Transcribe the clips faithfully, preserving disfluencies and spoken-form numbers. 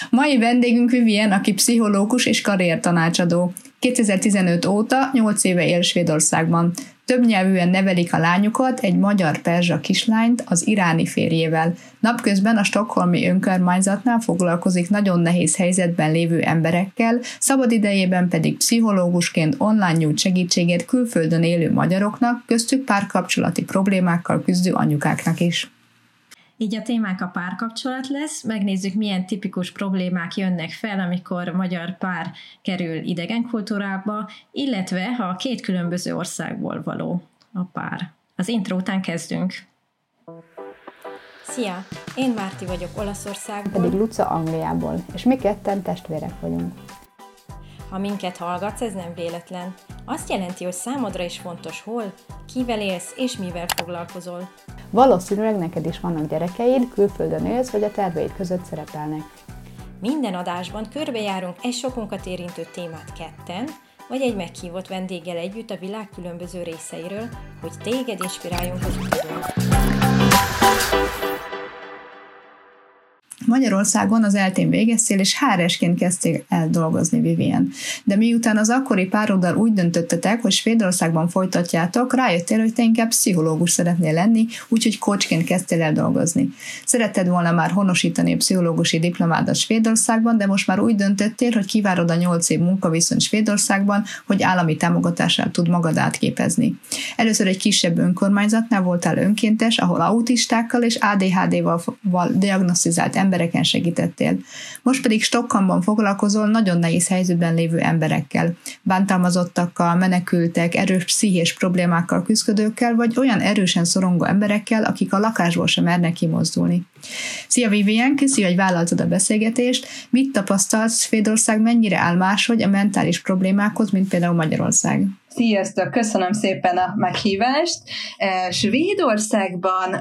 Mai vendégünk Vivien, aki pszichológus és karriertanácsadó. kétezer-tizenöt óta nyolc éve él Svédországban. Többnyelvűen nevelik a lányukat, egy magyar-perzsa kislányt az iráni férjével. Napközben a stockholmi önkormányzatnál foglalkozik nagyon nehéz helyzetben lévő emberekkel, szabadidejében pedig pszichológusként online nyújt segítséget külföldön élő magyaroknak, köztük párkapcsolati problémákkal küzdő anyukáknak is. Így a témánk a párkapcsolat lesz, megnézzük, milyen tipikus problémák jönnek fel, amikor magyar pár kerül idegen kultúrába, illetve ha a két különböző országból való a pár. Az intro után kezdünk. Szia! Én Márti vagyok Olaszországból. Pedig Luca Angliából, és mi ketten testvérek vagyunk. Ha minket hallgatsz, ez nem véletlen. Azt jelenti, hogy számodra is fontos hol, kivel élsz és mivel foglalkozol. Valószínűleg neked is vannak gyerekeid, külföldön élsz, vagy a terveid között szerepelnek. Minden adásban körbejárunk egy sokunkat érintő témát ketten, vagy egy meghívott vendéggel együtt a világ különböző részeiről, hogy téged inspiráljunk az utadon. Magyarországon az eltén végeztél, és há er esként kezdtél el dolgozni, Vivien. De miután az akkori pároddal úgy döntöttetek, hogy Svédországban folytatjátok, rájöttél, hogy te inkább pszichológus szeretnél lenni, úgyhogy coachként kezdtél el dolgozni. Szeretted volna már honosítani a pszichológusi diplomádat Svédországban, de most már úgy döntöttél, hogy kivárod a nyolc év munkaviszony Svédországban, hogy állami támogatással tud magad átképezni. Először egy kisebb önkormányzatnál voltál önkéntes, ahol autistákkal és á dé há dé-val diagnosztizált embereken segítettél. Most pedig Stockholmban foglalkozol nagyon nehéz helyzetben lévő emberekkel, bántalmazottakkal, menekültek, erős pszichés problémákkal küzdőkkel, vagy olyan erősen szorongó emberekkel, akik a lakásból sem mernek kimozdulni. Szia Vivien, köszi, hogy vállaltad a beszélgetést. Mit tapasztalsz, Svédország mennyire áll máshogy a mentális problémákhoz, mint például Magyarország? Sziasztok, köszönöm szépen a meghívást. Svédországban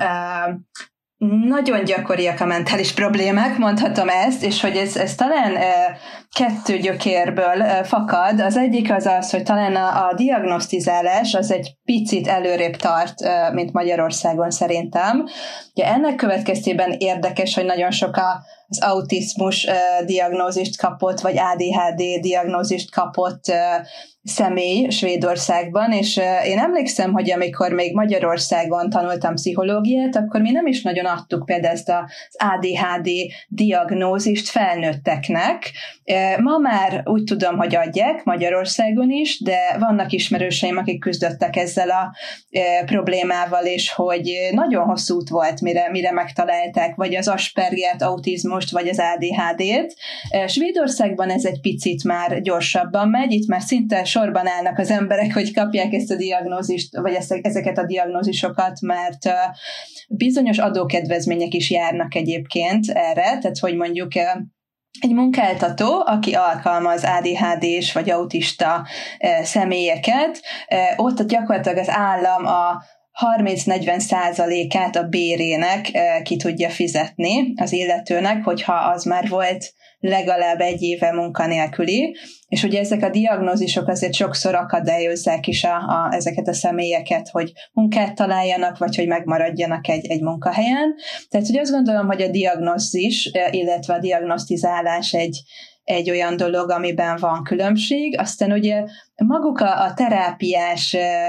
nagyon gyakoriak a mentális problémák, mondhatom ezt, és hogy ez, ez talán e, kettő gyökérből e, fakad. Az egyik az az, hogy talán a, a diagnosztizálás az egy picit előrébb tart, e, mint Magyarországon szerintem. Ugye ennek következtében érdekes, hogy nagyon sok a, az autizmus e, diagnózist kapott, vagy á dé há dé diagnózist kapott e, személy Svédországban, és uh, én emlékszem, hogy amikor még Magyarországon tanultam pszichológiát, akkor mi nem is nagyon adtuk például ezt az á dé há dé diagnózist felnőtteknek. Uh, ma már úgy tudom, hogy adják Magyarországon is, de vannak ismerőseim, akik küzdöttek ezzel a uh, problémával, és hogy nagyon hosszú út volt, mire, mire megtalálták, vagy az Aspergert, autizmust, vagy az á dé há dét. Uh, Svédországban ez egy picit már gyorsabban megy, itt már szinte sorban állnak az emberek, hogy kapják ezt a diagnózist, vagy ezeket a diagnózisokat, mert bizonyos adókedvezmények is járnak egyébként erre, tehát hogy mondjuk egy munkáltató, aki alkalmaz á dé há dés vagy autista személyeket, ott gyakorlatilag az állam a harminc-negyven százalékát a bérének ki tudja fizetni az illetőnek, hogyha az már volt legalább egy éve munkanélküli, és ugye ezek a diagnózisok azért sokszor akadályozzák is a, a, ezeket a személyeket, hogy munkát találjanak, vagy hogy megmaradjanak egy, egy munkahelyen. Tehát ugye azt gondolom, hogy a diagnózis, illetve a diagnosztizálás egy, egy olyan dolog, amiben van különbség. Aztán ugye maguk a, a terápiás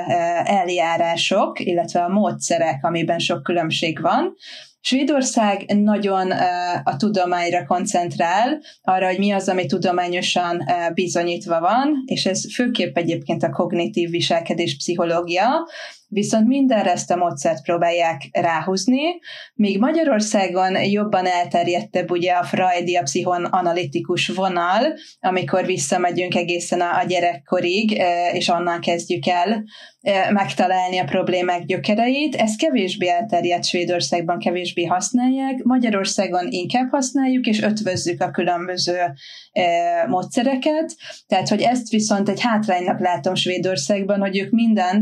eljárások, illetve a módszerek, amiben sok különbség van. Svédország nagyon a tudományra koncentrál, arra, hogy mi az, ami tudományosan bizonyítva van, és ez főképp egyébként a kognitív viselkedés pszichológia, viszont mindenre ezt a módszert próbálják ráhúzni, míg Magyarországon jobban elterjedtebb ugye a freudi, a pszichoanalitikus vonal, amikor visszamegyünk egészen a, a gyerekkorig, és onnan kezdjük el megtalálni a problémák gyökereit. Ez kevésbé elterjedt Svédországban, kevésbé használják, Magyarországon inkább használjuk, és ötvözzük a különböző módszereket, tehát hogy ezt viszont egy hátránynak látom Svédországban, hogy ők mindent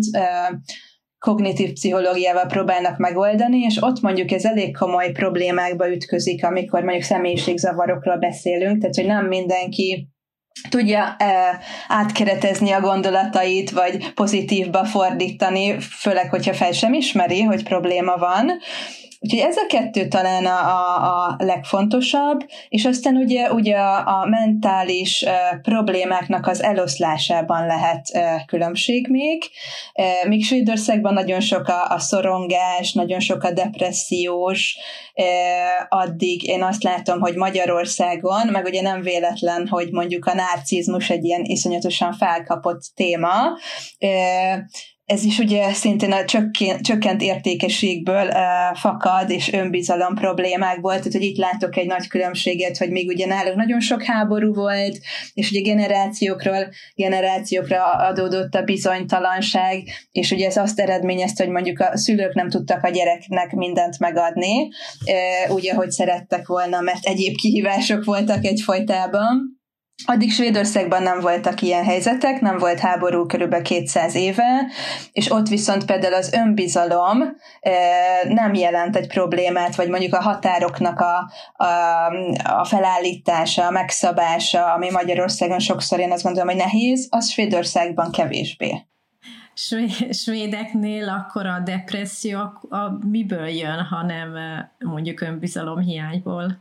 kognitív pszichológiával próbálnak megoldani, és ott mondjuk ez elég komoly problémákba ütközik, amikor mondjuk személyiségzavarokról beszélünk, tehát hogy nem mindenki tudja e, átkeretezni a gondolatait, vagy pozitívba fordítani, főleg, hogyha fel sem ismeri, hogy probléma van. Úgyhogy ez a kettő talán a, a, a legfontosabb, és aztán ugye, ugye a, a mentális uh, problémáknak az eloszlásában lehet uh, különbség még. Uh, míg Svédországban nagyon sok a, a szorongás, nagyon sok a depressziós, uh, addig én azt látom, hogy Magyarországon, meg ugye nem véletlen, hogy mondjuk a narcizmus egy ilyen iszonyatosan felkapott téma, uh, ez is ugye szintén a csökkent, csökkent értékességből uh, fakad, és önbizalom problémákból, tehát hogy itt látok egy nagy különbséget, hogy még ugye nálunk nagyon sok háború volt, és ugye generációkról generációkra adódott a bizonytalanság, és ugye ez azt eredményezte, hogy mondjuk a szülők nem tudtak a gyereknek mindent megadni, uh, úgy, ahogy szerettek volna, mert egyéb kihívások voltak egyfolytában. Addig Svédországban nem voltak ilyen helyzetek, nem volt háború körülbelül kétszáz éve, és ott viszont például az önbizalom nem jelent egy problémát, vagy mondjuk a határoknak a, a, a felállítása, a megszabása, ami Magyarországon sokszor én azt gondolom, hogy nehéz, az Svédországban kevésbé. Svédeknél akkor a depresszió a, a miből jön, ha nem mondjuk önbizalom hiányból?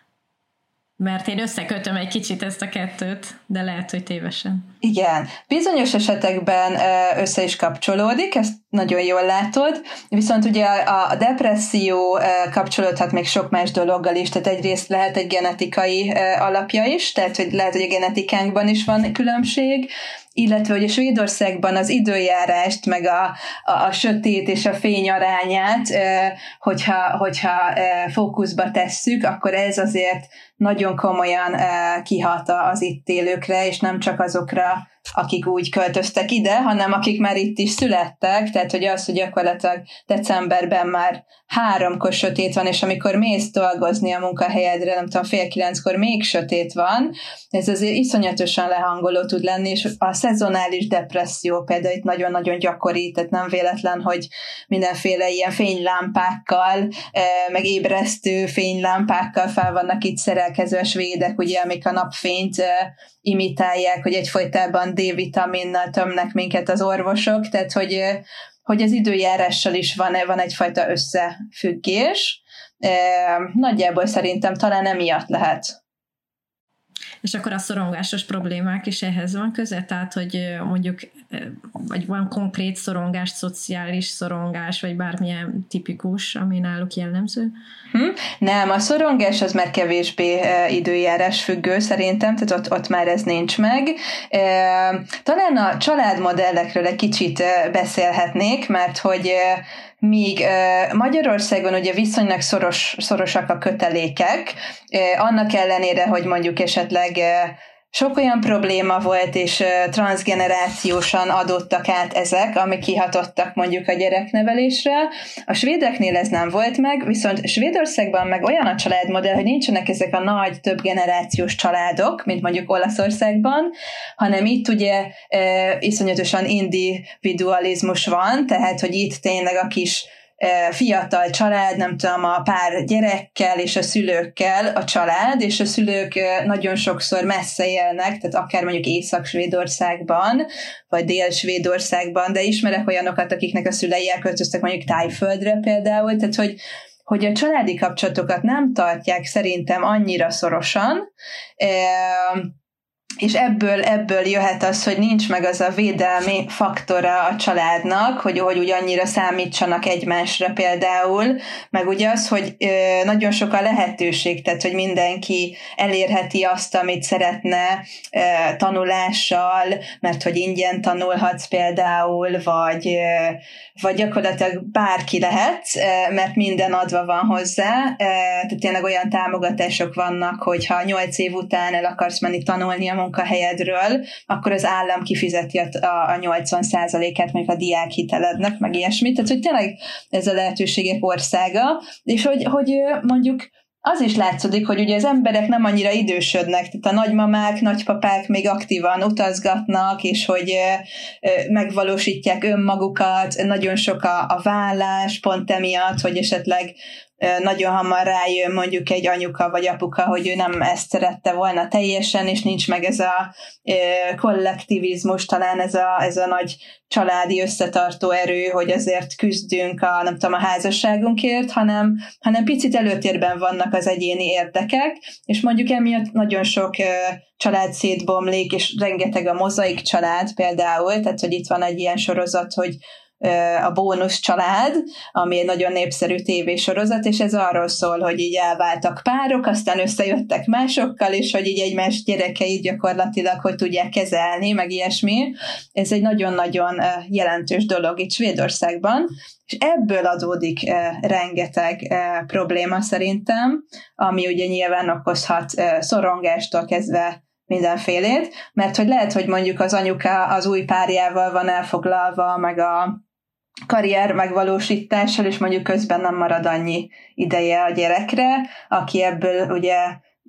Mert én összekötöm egy kicsit ezt a kettőt, de lehet, hogy tévesen. Igen, bizonyos esetekben össze is kapcsolódik, ezt nagyon jól látod, viszont ugye a, a depresszió kapcsolódhat még sok más dologgal is, tehát egyrészt lehet egy genetikai alapja is, tehát hogy lehet, hogy a genetikánkban is van különbség, illetve hogy a Svédországban az időjárást, meg a, a, a sötét és a fény arányát, hogyha, hogyha fókuszba tesszük, akkor ez azért nagyon komolyan kihat az itt élőkre, és nem csak azokra, akik úgy költöztek ide, hanem akik már itt is születtek, tehát hogy az, hogy gyakorlatilag decemberben már háromkor sötét van, és amikor mész dolgozni a munkahelyedre, nem tudom, fél kilenckor még sötét van, ez azért iszonyatosan lehangoló tud lenni, és a szezonális depresszió például itt nagyon-nagyon gyakori, tehát nem véletlen, hogy mindenféle ilyen fénylámpákkal, meg ébresztő fénylámpákkal fel vannak itt szerelkező a svédek, ugye, amik a napfényt imitálják, hogy egyfolytában D-vitaminnal tömnek minket az orvosok, tehát hogy, hogy az időjárással is van, van egyfajta összefüggés. Nagyjából szerintem talán emiatt lehet. És akkor a szorongásos problémák is ehhez van köze? Tehát, hogy mondjuk vagy van konkrét szorongás, szociális szorongás, vagy bármilyen tipikus, ami náluk jellemző? Hm? Nem, a szorongás az már kevésbé időjárás függő szerintem, tehát ott, ott már ez nincs meg. Talán a családmodellekről egy kicsit beszélhetnék, mert hogy míg Magyarországon ugye viszonylag szoros, szorosak a kötelékek, annak ellenére, hogy mondjuk esetleg sok olyan probléma volt, és transzgenerációsan adottak át ezek, amik kihatottak mondjuk a gyereknevelésre. A svédeknél ez nem volt meg, viszont Svédországban meg olyan a családmodell, hogy nincsenek ezek a nagy, több generációs családok, mint mondjuk Olaszországban, hanem itt ugye e, iszonyatosan individualizmus van, tehát, hogy itt tényleg a kis fiatal család, nem tudom, a pár gyerekkel és a szülőkkel a család, és a szülők nagyon sokszor messze élnek, tehát akár mondjuk Észak-Svédországban, vagy Dél-Svédországban, de ismerek olyanokat, akiknek a szülei elköltöztek mondjuk Tájföldre például, tehát hogy, hogy a családi kapcsolatokat nem tartják szerintem annyira szorosan, és ebből, ebből jöhet az, hogy nincs meg az a védelmi faktora a családnak, hogy, hogy úgy annyira számítsanak egymásra például, meg ugye az, hogy ö, nagyon sok a lehetőség, tehát hogy mindenki elérheti azt, amit szeretne ö, tanulással, mert hogy ingyen tanulhatsz például, vagy, ö, vagy gyakorlatilag bárki lehet, ö, mert minden adva van hozzá, ö, tehát tényleg olyan támogatások vannak, hogyha nyolc év után el akarsz menni tanulni a munkahelyedről, akkor az állam kifizeti a, a nyolcvan százalékát mondjuk a diákhitelednek, meg ilyesmit. Tehát, hogy tényleg ez a lehetőségek országa, és hogy, hogy mondjuk az is látszódik, hogy ugye az emberek nem annyira idősödnek, tehát a nagymamák, nagypapák még aktívan utazgatnak, és hogy megvalósítják önmagukat, nagyon sok a, a vállás, pont emiatt, hogy esetleg nagyon hamar rájön mondjuk egy anyuka vagy apuka, hogy ő nem ezt szerette volna teljesen, és nincs meg ez a kollektivizmus, talán ez a, ez a nagy családi összetartó erő, hogy azért küzdünk a, nem tudom, a házasságunkért, hanem, hanem picit előtérben vannak az egyéni érdekek, és mondjuk emiatt nagyon sok család szétbomlik, és rengeteg a mozaik család például, tehát hogy itt van egy ilyen sorozat, hogy a Bónusz család, ami egy nagyon népszerű tévésorozat, és ez arról szól, hogy így elváltak párok, aztán összejöttek másokkal, és hogy így egymás gyerekeit gyakorlatilag hogy tudják kezelni, meg ilyesmi. Ez egy nagyon-nagyon jelentős dolog itt Svédországban, és ebből adódik rengeteg probléma szerintem, ami ugye nyilván okozhat szorongástól kezdve mindenfélét, mert hogy lehet, hogy mondjuk az anyuka az új párjával van elfoglalva, meg a karrier megvalósítással, és mondjuk közben nem marad annyi ideje a gyerekre, aki ebből ugye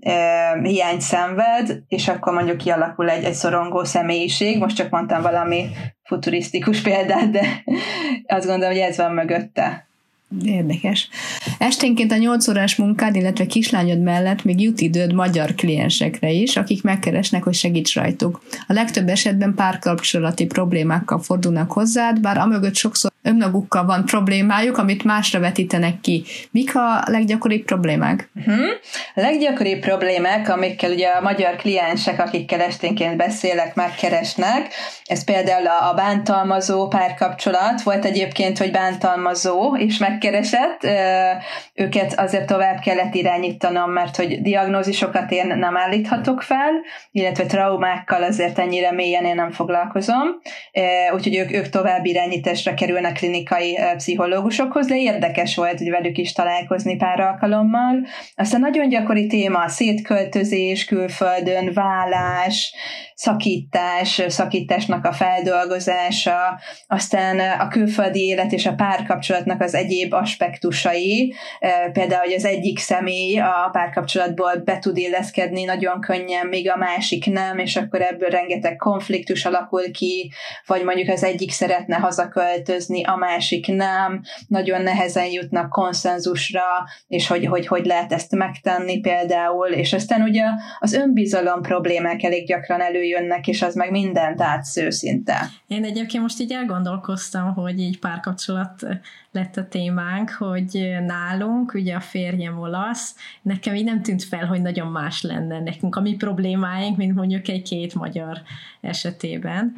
e, hiányt szenved, és akkor mondjuk kialakul egy, egy szorongó személyiség. Most csak mondtam valami futurisztikus példát, de azt gondolom, hogy ez van mögötte. Érdekes. Esténként a nyolc órás munkád, illetve kislányod mellett még jut időd magyar kliensekre is, akik megkeresnek, hogy segíts rajtuk. A legtöbb esetben párkapcsolati problémákkal fordulnak hozzád, bár amögött sokszor önmagukkal van problémájuk, amit másra vetítenek ki. Mik a leggyakoribb problémák? Uh-huh. A leggyakoribb problémák, amikkel ugye a magyar kliensek, akikkel esténként beszélek, megkeresnek, ez például a bántalmazó párkapcsolat. Volt egyébként, hogy bántalmazó is megkeresett, őket azért tovább kellett irányítanom, mert hogy diagnózisokat én nem állíthatok fel, illetve traumákkal azért ennyire mélyen én nem foglalkozom, úgyhogy ők, ők tovább irányításra kerülnek klinikai pszichológusokhoz, de érdekes volt, hogy velük is találkozni pár alkalommal. Aztán nagyon gyakori téma a szétköltözés, külföldön, vállás, szakítás, szakításnak a feldolgozása, aztán a külföldi élet és a párkapcsolatnak az egyéb aspektusai, például, hogy az egyik személy a párkapcsolatból be tud illeszkedni nagyon könnyen, míg a másik nem, és akkor ebből rengeteg konfliktus alakul ki, vagy mondjuk az egyik szeretne hazaköltözni, a másik nem, nagyon nehezen jutnak konszenzusra, és hogy hogy, hogy lehet ezt megtenni például, és aztán ugye az önbizalom problémák elég gyakran előjönnek, és az meg mindent átsző szinte. Én egyébként most így elgondolkoztam, hogy így párkapcsolat lett a témánk, hogy nálunk, ugye a férjem olasz, nekem így nem tűnt fel, hogy nagyon más lenne nekünk a mi problémáink, mint mondjuk egy két magyar esetében.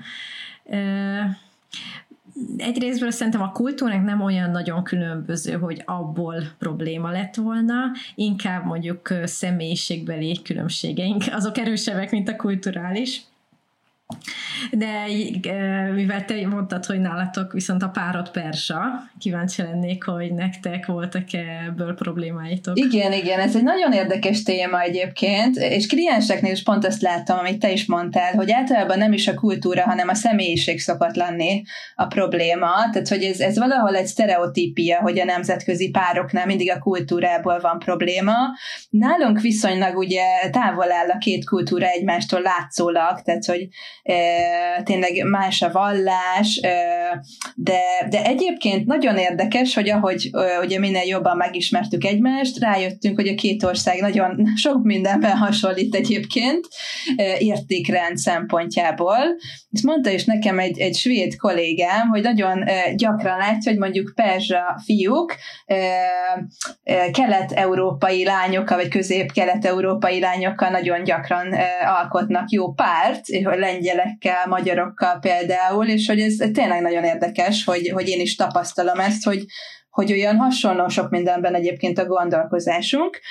Egyrésztből szerintem a kultúránk nem olyan nagyon különböző, hogy abból probléma lett volna, inkább mondjuk személyiségbeli különbségeink, azok erősebbek, mint a kulturális. De mivel te mondtad, hogy nálatok viszont a párod persa, kíváncsi lennék, hogy nektek voltak-e ebből problémáitok? Igen, igen, ez egy nagyon érdekes téma egyébként, és klienseknél is pont azt láttam, amit te is mondtál, hogy általában nem is a kultúra, hanem a személyiség szokott lenni a probléma, tehát hogy ez, ez valahol egy sztereotípia, hogy a nemzetközi pároknál mindig a kultúrából van probléma. Nálunk viszonylag ugye távol áll a két kultúra egymástól látszólag, tehát hogy E, tényleg más a vallás, e, de, de egyébként nagyon érdekes, hogy ahogy e, ugye minél jobban megismertük egymást, rájöttünk, hogy a két ország nagyon sok mindenben hasonlít egyébként e, értékrend szempontjából. Ezt mondta is nekem egy, egy svéd kollégám, hogy nagyon e, gyakran látja, hogy mondjuk perzsa fiúk e, e, kelet-európai lányokkal, vagy közép-kelet-európai lányokkal nagyon gyakran e, alkotnak jó párt, hogy lengyelekkel, magyarokkal például, és hogy ez tényleg nagyon érdekes, hogy, hogy én is tapasztalom ezt, hogy, hogy olyan hasonló sok mindenben egyébként a gondolkozásunk.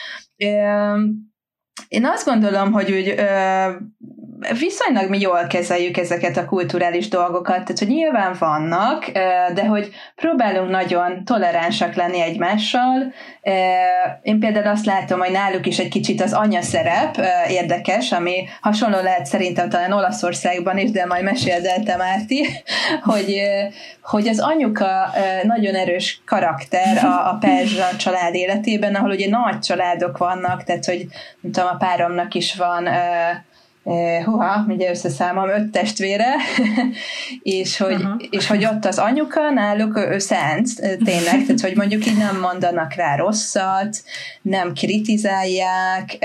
Én azt gondolom, hogy úgy viszonylag mi jól kezeljük ezeket a kulturális dolgokat, tehát hogy nyilván vannak, de hogy próbálunk nagyon toleránsak lenni egymással. Én például azt látom, hogy náluk is egy kicsit az anya szerep érdekes, ami hasonló lehet szerintem talán Olaszországban is, de majd meséld el te, Márti, hogy, hogy az anyuka nagyon erős karakter a, a perzsa család életében, ahol ugye nagy családok vannak, tehát hogy nem tudom, a páromnak is van huha, mindjárt összeszámom, öt testvére, és, hogy, és hogy ott az anyuka náluk ő szent, tényleg, tehát hogy mondjuk így nem mondanak rá rosszat, nem kritizálják,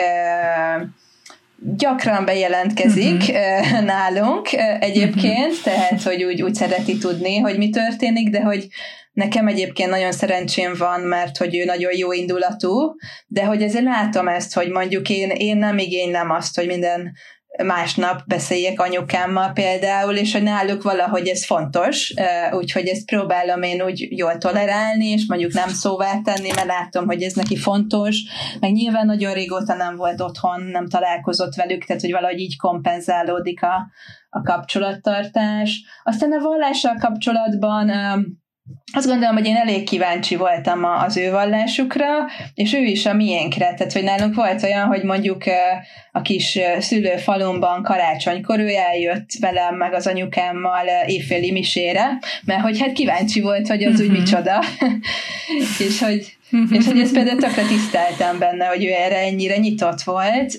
gyakran bejelentkezik uh-huh. nálunk egyébként, uh-huh. tehát hogy úgy, úgy szereti tudni, hogy mi történik, de hogy nekem egyébként nagyon szerencsém van, mert hogy ő nagyon jó indulatú, de hogy ezért látom ezt, hogy mondjuk én, én nem igénylem azt, hogy minden másnap beszéljek anyukámmal például, és hogy náluk valahogy ez fontos, úgyhogy ezt próbálom én úgy jól tolerálni, és mondjuk nem szóvá tenni, mert látom, hogy ez neki fontos, meg nyilván nagyon régóta nem volt otthon, nem találkozott velük, tehát hogy valahogy így kompenzálódik a, a kapcsolattartás. Aztán a vallással kapcsolatban azt gondolom, hogy én elég kíváncsi voltam az ő vallásukra, és ő is a miénkre. Tehát, hogy nálunk volt olyan, hogy mondjuk a kis szülőfalumban karácsonykor ő eljött velem, meg az anyukámmal éjféli misére, mert hogy hát kíváncsi volt, hogy az úgy micsoda. és, hogy, és hogy ezt például tökre tiszteltem benne, hogy ő erre ennyire nyitott volt.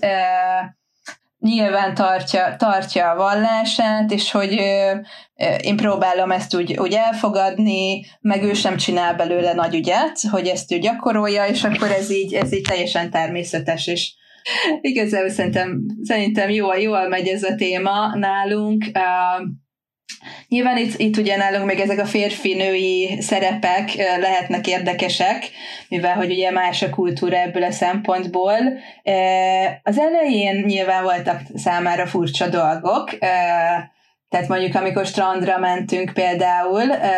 Nyilván tartja, tartja a vallását, és hogy ö, ö, én próbálom ezt úgy, úgy elfogadni, meg ő sem csinál belőle nagy ügyet, hogy ezt ő gyakorolja, és akkor ez így, ez így teljesen természetes, és igazából szerintem, szerintem jól, jól megy ez a téma nálunk. Uh, Nyilván itt, itt ugye nálunk még ezek a férfi-női szerepek lehetnek érdekesek, mivel hogy ugye más a kultúra ebből a szempontból. Az elején nyilván voltak számára furcsa dolgok, tehát mondjuk amikor strandra mentünk például,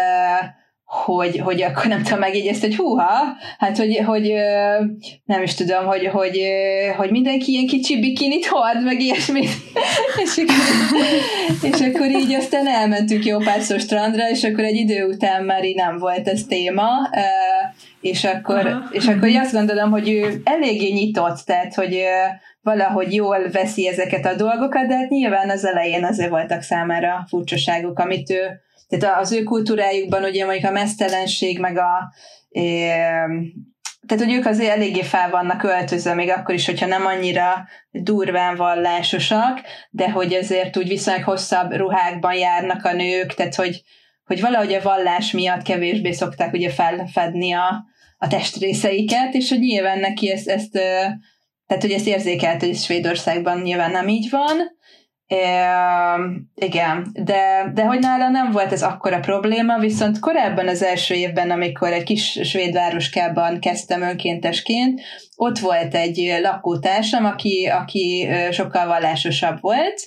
hogy, hogy akkor nem tudom megjegyezni, hogy húha, hát hogy, hogy nem is tudom, hogy, hogy, hogy mindenki ilyen kicsi bikinit hord, meg ilyesmit. és, akkor, és akkor így aztán elmentünk jó párszor strandra, és akkor egy idő után már így nem volt ez téma, és akkor, és akkor azt gondolom, hogy ő eléggé nyitott, tehát hogy valahogy jól veszi ezeket a dolgokat, de hát nyilván az elején azért voltak számára furcsaságok, amit ő, tehát az ő kultúrájukban ugye mondjuk a meztelenség, meg a é, tehát, hogy ők azért eléggé fel vannak öltözve, még akkor is, hogyha nem annyira durván vallásosak, de hogy azért úgy viszonylag hosszabb ruhákban járnak a nők, tehát, hogy, hogy valahogy a vallás miatt kevésbé szokták ugye felfedni a, a testrészeiket, és hogy nyilván neki ezt, ezt tehát, hogy ezt érzékelt, hogy Svédországban nyilván nem így van. É, igen, de, de hogy nála nem volt ez akkora probléma, viszont korábban az első évben, amikor egy kis svéd városkában kezdtem önkéntesként, ott volt egy lakótársam, aki, aki sokkal vallásosabb volt,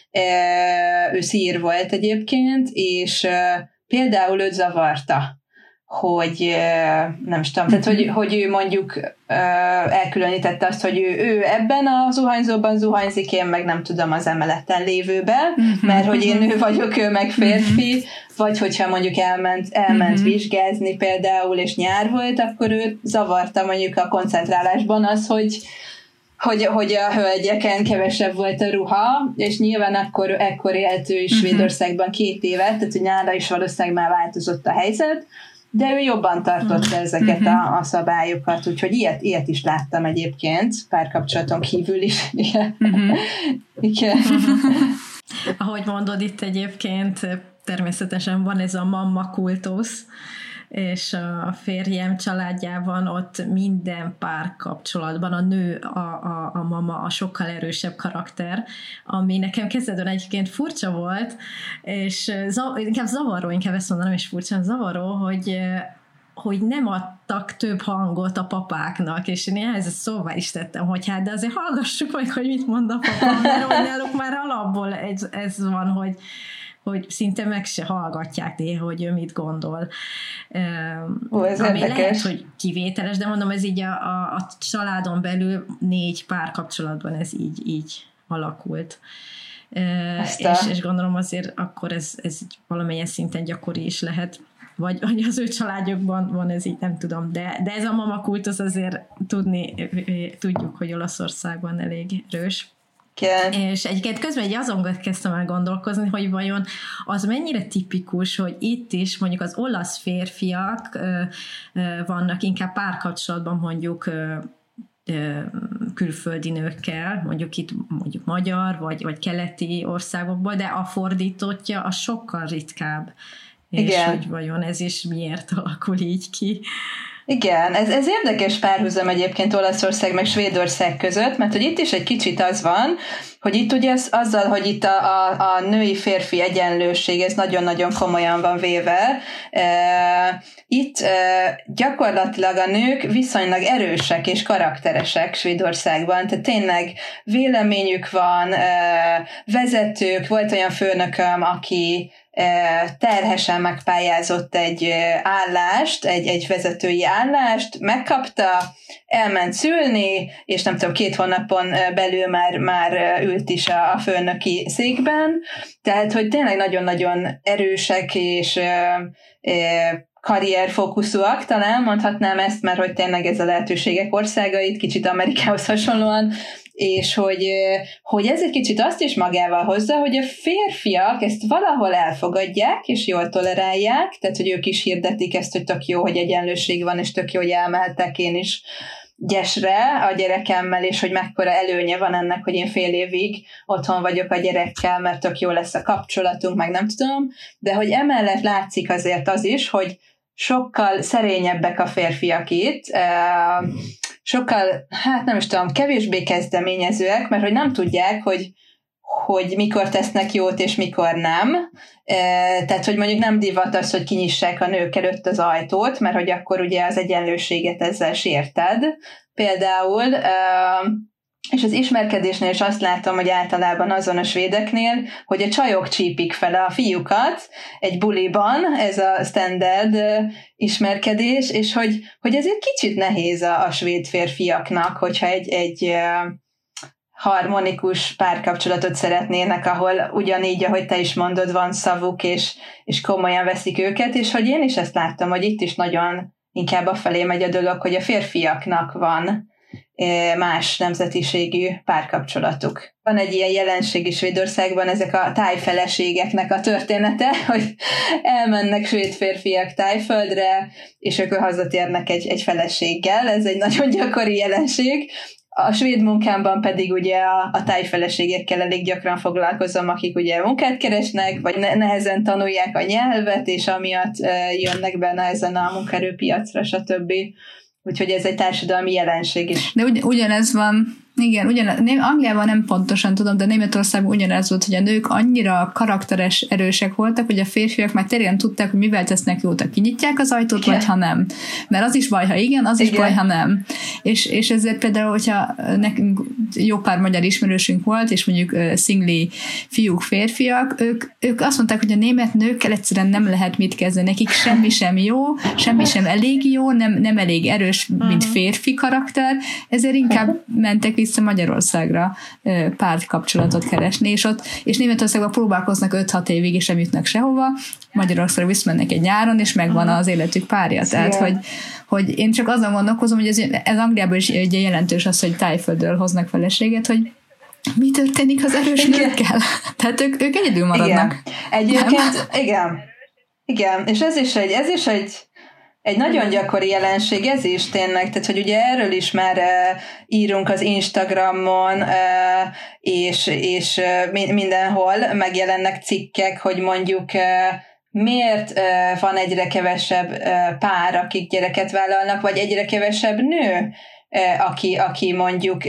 ő szír volt egyébként, és például őt zavarta, hogy nem is tudom, tehát hogy, hogy ő mondjuk elkülönítette azt, hogy ő, ő ebben a zuhanyzóban zuhanyzik, én meg nem tudom az emeleten lévőben, mert hogy én nő vagyok, ő meg férfi, vagy hogyha mondjuk elment, elment vizsgázni például, és nyár volt, akkor ő zavarta mondjuk a koncentrálásban az, hogy Hogy, hogy a hölgyeken kevesebb volt a ruha, és nyilván akkor, ekkor élt ő is Svédországban két évet, tehát hogy nála is valószínűleg már változott a helyzet, de ő jobban tartotta ezeket a, a szabályokat, úgyhogy ilyet, ilyet is láttam egyébként, párkapcsolaton kívül is. Igen. Igen. Ahogy mondod itt egyébként, természetesen van ez a mamma kultusz, és a férjem családjában ott minden párkapcsolatban a nő, a, a, a mama a sokkal erősebb karakter, ami nekem kezdetben egyébként furcsa volt, és zav, inkább zavaró, inkább ezt mondanom, és furcsa, zavaró, hogy hogy nem adtak több hangot a papáknak, és én ehhez szóvá is tettem, hogy hát, de azért hallgassuk meg, hogy mit mond a papa, mert hogy náluk már alapból ez, ez van, hogy hogy szinte meg se hallgatják néha, hogy ő mit gondol. Ó, ez ami érdekes. lehet, hogy kivételes, de mondom, ez így a, a, a családon belül négy párkapcsolatban ez így, így alakult. És, és gondolom azért akkor ez, ez valamilyen szinten gyakori is lehet. Vagy, vagy az ő családjukban van ez így, nem tudom. De, de ez a mama kultusz azért tudni, tudjuk, hogy Olaszországban elég erős. Igen. És egyébként közben egy azon kezdtem el gondolkozni, hogy vajon az mennyire tipikus, hogy itt is mondjuk az olasz férfiak ö, ö, vannak inkább párkapcsolatban mondjuk ö, külföldi nőkkel, mondjuk itt mondjuk magyar, vagy, vagy keleti országokból, de a fordítottja az sokkal ritkább. Igen. És hogy vajon ez is miért alakul így ki. Igen, ez, ez érdekes párhuzam egyébként Olaszország meg Svédország között, mert hogy itt is egy kicsit az van, hogy itt ugye az, azzal, hogy itt a, a, a női-férfi egyenlőség, ez nagyon-nagyon komolyan van véve, e, itt e, gyakorlatilag a nők viszonylag erősek és karakteresek Svédországban, tehát tényleg véleményük van, e, vezetők, volt olyan főnököm, aki terhesen megpályázott egy állást, egy, egy vezetői állást, megkapta, elment szülni, és nem tudom, két hónapon belül már, már ült is a, a főnöki székben, tehát, hogy tényleg nagyon-nagyon erősek és karrierfókuszúak, talán mondhatnám ezt, mert hogy tényleg ez a lehetőségek országait, kicsit Amerikához hasonlóan, és hogy, hogy ez egy kicsit azt is magával hozza, hogy a férfiak ezt valahol elfogadják, és jól tolerálják, tehát, hogy ők is hirdetik ezt, hogy tök jó, hogy egyenlőség van, és tök jó, hogy elmehetek én is gyesre a gyerekemmel, és hogy mekkora előnye van ennek, hogy én fél évig otthon vagyok a gyerekkel, mert tök jó lesz a kapcsolatunk, meg nem tudom, de hogy emellett látszik azért az is, hogy sokkal szerényebbek a férfiak itt, sokkal, hát nem is tudom, kevésbé kezdeményezőek, mert hogy nem tudják, hogy, hogy mikor tesznek jót, és mikor nem. Tehát, hogy mondjuk nem divat az, hogy kinyissák a nők előtt az ajtót, mert hogy akkor ugye az egyenlőséget ezzel sérted. Például, és az ismerkedésnél is azt látom, hogy általában azon a svédeknél, hogy a csajok csípik fel a fiúkat egy buliban, ez a standard ismerkedés, és hogy, hogy ez egy kicsit nehéz a, a svéd férfiaknak, hogyha egy, egy harmonikus párkapcsolatot szeretnének, ahol ugyanígy, ahogy te is mondod, van szavuk, és, és komolyan veszik őket, és hogy én is ezt láttam, hogy itt is nagyon inkább afelé megy a dolog, hogy a férfiaknak van más nemzetiségű párkapcsolatuk. Van egy ilyen jelenség is Svédországban, ezek a tájfeleségeknek a története, hogy elmennek svéd férfiak Tájföldre, és ők hazatérnek egy, egy feleséggel, ez egy nagyon gyakori jelenség. A svéd munkámban pedig ugye a, a tájfeleségekkel elég gyakran foglalkozom, akik ugye munkát keresnek, vagy ne, nehezen tanulják a nyelvet, és amiatt uh, jönnek be nehezen a munkaerőpiacra, stb. Úgyhogy ez egy társadalmi jelenség is. De ugy, ugyanez van, igen, ugyanez, Angliában nem pontosan tudom, de Németországban ugyanez volt, hogy a nők annyira karakteres, erősek voltak, hogy a férfiak már tényleg tudták, hogy mivel tesznek jót, kinyitják az ajtót, igen. Vagy ha nem. Mert az is baj, ha igen, az igen. Is baj, ha nem. És, és ezért például, hogyha nekünk jó pár magyar ismerősünk volt, és mondjuk uh, szingli fiúk, férfiak, ők, ők azt mondták, hogy a német nőkkel egyszerűen nem lehet mit kezdeni. Nekik semmi sem jó, semmi sem elég jó, nem, nem elég erős, mint férfi karakter, ezért inkább mentek vissza Magyarországra pártkapcsolatot keresni, és ott, és Németországban próbálkoznak öt-hat évig, és sem jutnak sehova, Magyarországra visszamennek egy nyáron, és megvan az életük párja. Tehát, hogy, hogy én csak azon gondolkozom, hogy ez, ez Angliában is ugye jelentős az, hogy Tájföldről hoznak feleséget, hogy mi történik az erős nőkkel? Tehát ők, ők egyedül maradnak. Igen. Egyébként, nem? igen. Igen, és ez is egy, ez is egy Egy nagyon gyakori jelenség ez is tényleg, tehát hogy ugye erről is már uh, írunk az Instagramon, uh, és, és uh, mindenhol megjelennek cikkek, hogy mondjuk uh, miért uh, van egyre kevesebb uh, pár, akik gyereket vállalnak, vagy egyre kevesebb nő, uh, aki, aki mondjuk uh,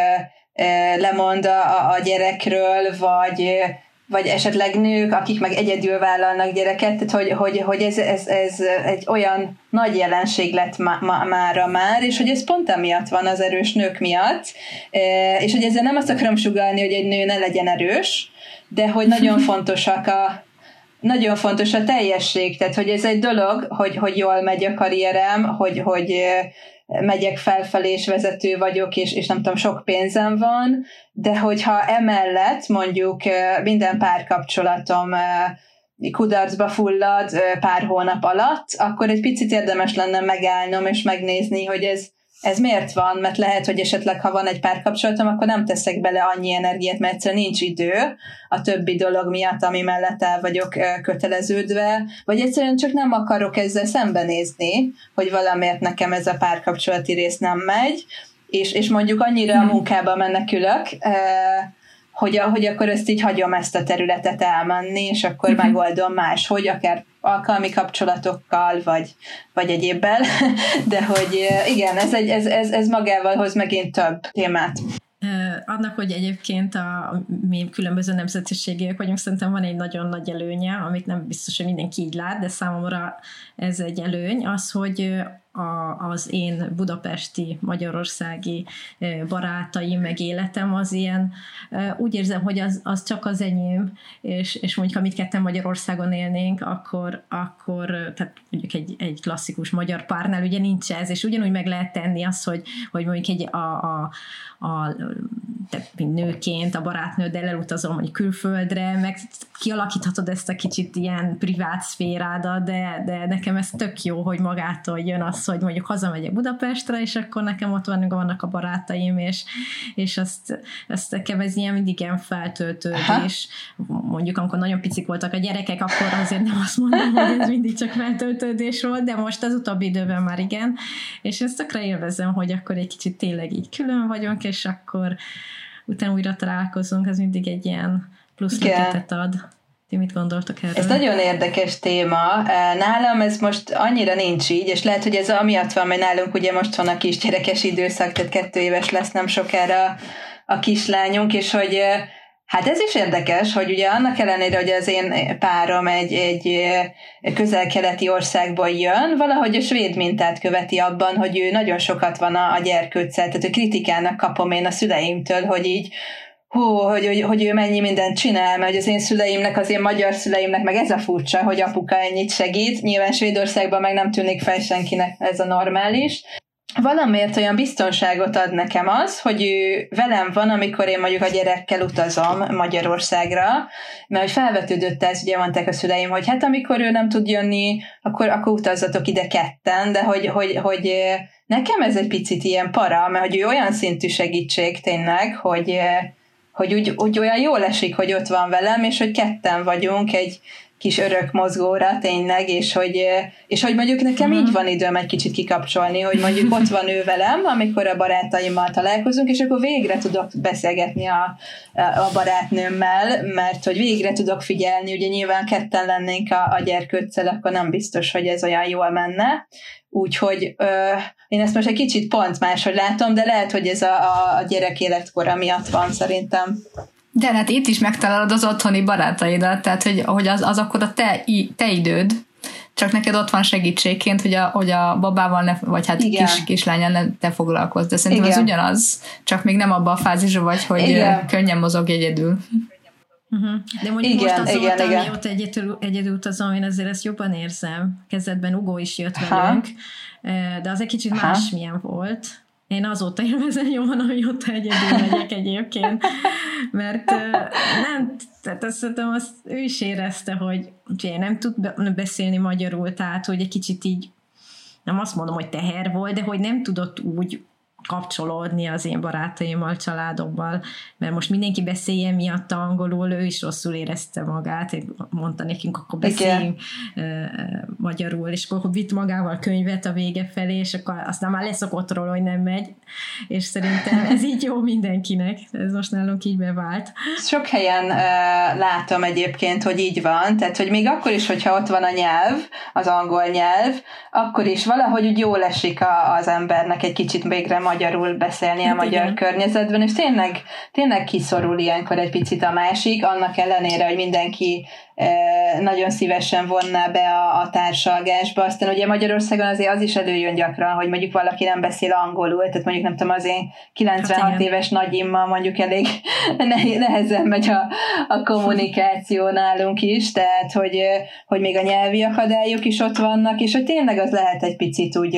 uh, lemond a, a gyerekről, vagy uh, vagy esetleg nők, akik meg egyedül vállalnak gyereket, tehát hogy, hogy, hogy ez, ez, ez egy olyan nagy jelenség lett má, má, mára már, és hogy ez pont amiatt van, az erős nők miatt, és hogy ezzel nem azt akarom sugallni, hogy egy nő ne legyen erős, de hogy nagyon fontosak a nagyon fontos a teljesség, tehát hogy ez egy dolog, hogy, hogy jól megy a karrierem, hogy, hogy megyek felfelé, és vezető vagyok, és, és nem tudom, sok pénzem van, de hogyha emellett mondjuk minden párkapcsolatom kudarcba fullad pár hónap alatt, akkor egy picit érdemes lenne megállnom, és megnézni, hogy ez, ez miért van, mert lehet, hogy esetleg, ha van egy párkapcsolatom, akkor nem teszek bele annyi energiát, mert egyszerűen nincs idő a többi dolog miatt, ami mellett el vagyok köteleződve, vagy egyszerűen csak nem akarok ezzel szembenézni, hogy valamiért nekem ez a párkapcsolati rész nem megy, és, és mondjuk annyira a munkába menekülök, hogy, hogy akkor ezt így hagyom ezt a területet elmenni, és akkor uh-huh. megoldom máshogy, akár alkalmi kapcsolatokkal, vagy, vagy egyébbel, de hogy igen, ez, egy, ez, ez, ez magával hoz megint több témát. Annak, hogy egyébként a, mi különböző nemzetiségek vagyunk, szerintem van egy nagyon nagy előnye, amit nem biztos, hogy mindenki így lát, de számomra ez egy előny, az, hogy a, az én budapesti, magyarországi barátaim, meg életem az ilyen, úgy érzem, hogy az, az csak az enyém, és, és mondjuk, ha mindketten Magyarországon élnénk, akkor, akkor tehát mondjuk egy, egy klasszikus magyar párnál ugye nincs ez, és ugyanúgy meg lehet tenni azt, hogy, hogy mondjuk egy a, a, a tehát nőként a barátnőddel elutazol mondjuk külföldre, meg kialakíthatod ezt a kicsit ilyen privát szférádat, de, de nekem ez tök jó, hogy magától jön az, hogy mondjuk hazamegyek Budapestre, és akkor nekem ott vannak, vannak a barátaim, és, és azt, azt nekem ez ilyen mindig ilyen feltöltődés. Mondjuk, amikor nagyon picik voltak a gyerekek, akkor azért nem azt mondom, hogy ez mindig csak feltöltődés volt, de most az utóbbi időben már igen, és ezt tökre élvezem, hogy akkor egy kicsit tényleg így külön vagyunk, és akkor utána újra találkozunk, ez mindig egy ilyen plusz löketet ad. Ti mit gondoltok erről? Ez nagyon érdekes téma. Nálam ez most annyira nincs így, és lehet, hogy ez amiatt van, mert nálunk ugye most van a kisgyerekes időszak, tehát kettő éves lesz nem sokára a kislányunk, és hogy hát ez is érdekes, hogy ugye annak ellenére, hogy az én párom egy, egy közel-keleti országból jön, valahogy a svéd mintát követi abban, hogy ő nagyon sokat van a, a gyerkőccel, tehát a kritikának kapom én a szüleimtől, hogy így hú, hogy, hogy, hogy ő mennyi mindent csinál, mert az én szüleimnek, az én magyar szüleimnek meg ez a furcsa, hogy apuka ennyit segít. Nyilván Svédországban meg nem tűnik fel senkinek ez a normális. Valamiért olyan biztonságot ad nekem az, hogy ő velem van, amikor én mondjuk a gyerekkel utazom Magyarországra, mert hogy felvetődött ez, ugye mondták a szüleim, hogy hát amikor ő nem tud jönni, akkor, akkor utazzatok ide ketten, de hogy, hogy, hogy nekem ez egy picit ilyen para, mert hogy ő olyan szintű segítség tényleg, hogy hogy úgy, úgy olyan jól esik, hogy ott van velem, és hogy ketten vagyunk egy kis örök mozgóra tényleg, és hogy, és hogy mondjuk nekem uh-huh. így van időm egy kicsit kikapcsolni, hogy mondjuk ott van ő velem, amikor a barátaimmal találkozunk, és akkor végre tudok beszélgetni a, a barátnőmmel, mert hogy végre tudok figyelni, ugye nyilván ketten lennénk a, a gyerkőccel, akkor nem biztos, hogy ez olyan jól menne. Úgyhogy ö, én ezt most egy kicsit pont máshogy látom, de lehet, hogy ez a, a gyerek életkora miatt van szerintem. De hát itt is megtalálod az otthoni barátaidat, tehát hogy, hogy az, az akkor a te, te időd, csak neked ott van segítségként, hogy a, hogy a babával, ne, vagy hát igen. kis, kislányán ne te foglalkozz, de szerintem igen. ez ugyanaz, csak még nem abban a fázisban vagy, hogy igen. könnyen mozog egyedül. Uh-huh. De mondjuk igen, most azóta, igen, amióta egyedül, egyedül utazom, én azért ezt jobban érzem. Kezdetben Ugó is jött ha. velünk, de az egy kicsit ha. másmilyen volt. Én azóta élvezem jobban, amióta egyedül megyek egyébként. Mert nem, tehát azt szerintem azt ő is érezte, hogy ugye nem tud beszélni magyarul, tehát hogy egy kicsit így, nem azt mondom, hogy teher volt, de hogy nem tudott úgy kapcsolódni az én barátaimmal, családommal, mert most mindenki beszéljen miatt angolul, ő is rosszul érezte magát, mondta nekünk, akkor beszéljünk uh, magyarul, és akkor vitt magával könyvet a vége felé, és akkor aztán már leszokott róla, hogy nem megy, és szerintem ez így jó mindenkinek, ez most nálunk így bevált. Sok helyen uh, látom egyébként, hogy így van, tehát, hogy még akkor is, hogyha ott van a nyelv, az angol nyelv, akkor is valahogy úgy jól esik a, az embernek egy kicsit végre magyarul beszélni a hát magyar igen. környezetben, és tényleg, tényleg kiszorul ilyenkor egy picit a másik, annak ellenére, hogy mindenki eh, nagyon szívesen vonná be a, a társalgásba. Aztán ugye Magyarországon azért az is előjön gyakran, hogy mondjuk valaki nem beszél angolul, tehát mondjuk nem tudom, az én kilencvenhat hát éves nagyimmal mondjuk elég nehezen megy a, a kommunikáció nálunk is, tehát hogy, hogy még a nyelvi akadályok is ott vannak, és hogy tényleg az lehet egy picit úgy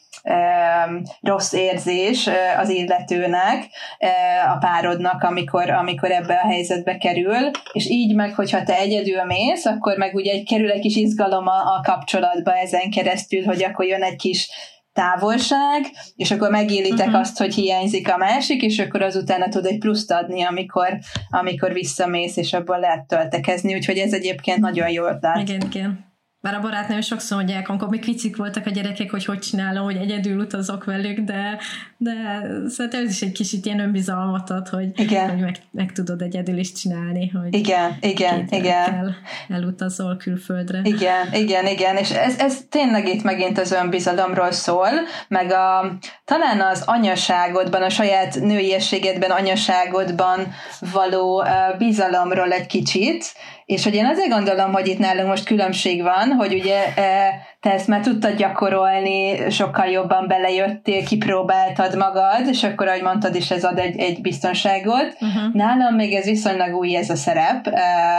rossz érzés az illetőnek, a párodnak, amikor, amikor ebbe a helyzetbe kerül, és így meg, hogyha te egyedül mész, akkor meg ugye kerül egy kis izgalom a, a kapcsolatba ezen keresztül, hogy akkor jön egy kis távolság, és akkor megélitek uh-huh. azt, hogy hiányzik a másik, és akkor azutána tud egy pluszt adni, amikor, amikor visszamész, és abból lehet töltekezni, úgyhogy ez egyébként nagyon jó ötlet. Igen, igen. Bár a barátnőm sokszor mondják, amikor még picik voltak a gyerekek, hogy hogy csinálom, hogy egyedül utazok velük, de, de szerintem ez is egy kicsit ilyen önbizalmat ad, hogy, hogy meg, meg tudod egyedül is csinálni, hogy igen, igen, igen. elutazol külföldre. Igen, igen, igen, és ez, ez tényleg itt megint az önbizalomról szól, meg a, talán az anyaságodban, a saját nőiességedben, anyaságodban való uh, bizalomról egy kicsit, és hogy én azért gondolom, hogy itt nálunk most különbség van, hogy ugye te ezt már tudtad gyakorolni, sokkal jobban belejöttél, kipróbáltad magad, és akkor, ahogy mondtad is, ez ad egy, egy biztonságot. Uh-huh. Nálam még ez viszonylag új ez a szerep,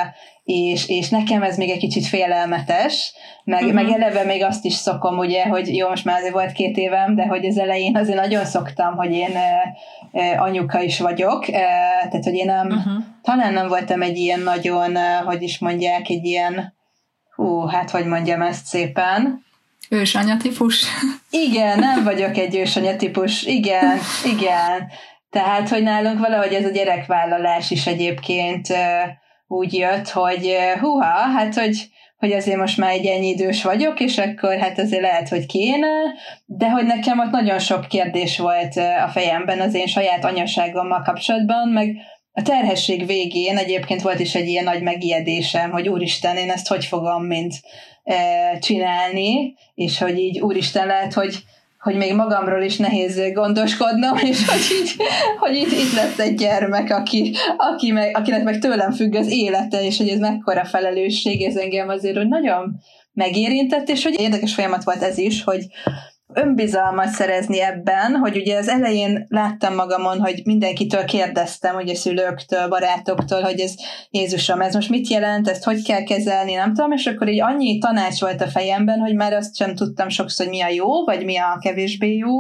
és, és nekem ez még egy kicsit félelmetes, meg, uh-huh. meg eleve még azt is szokom, ugye, hogy jó, most már azért volt két évem, de hogy az elején azért nagyon szoktam, hogy én anyuka is vagyok, tehát, hogy én nem, uh-huh. talán nem voltam egy ilyen nagyon, hogy is mondják, egy ilyen, hú, hát hogy mondjam ezt szépen. Ősanya típus? Igen, nem vagyok egy ősanya típus, igen, igen. Tehát, hogy nálunk valahogy ez a gyerekvállalás is egyébként úgy jött, hogy húha, hát, hogy hogy azért most már egy ennyi idős vagyok, és akkor hát azért lehet, hogy kéne, de hogy nekem ott nagyon sok kérdés volt a fejemben az én saját anyaságommal kapcsolatban, meg a terhesség végén egyébként volt is egy ilyen nagy megijedésem, hogy úristen, én ezt hogy fogom mind e, csinálni, és hogy így úristen lehet, hogy hogy még magamról is nehéz gondoskodnom, és hogy így, hogy így, így lesz egy gyermek, aki, aki meg, akinek meg tőlem függ az élete, és hogy ez mekkora felelősség, ez engem azért hogy nagyon megérintett, és hogy érdekes folyamat volt ez is, hogy önbizalmat szerezni ebben, hogy ugye az elején láttam magamon, hogy mindenkitől kérdeztem, ugye szülőktől, barátoktól, hogy ez Jézusom, ez most mit jelent, ezt hogy kell kezelni, nem tudom, és akkor így annyi tanács volt a fejemben, hogy már azt sem tudtam sokszor, hogy mi a jó, vagy mi a kevésbé jó,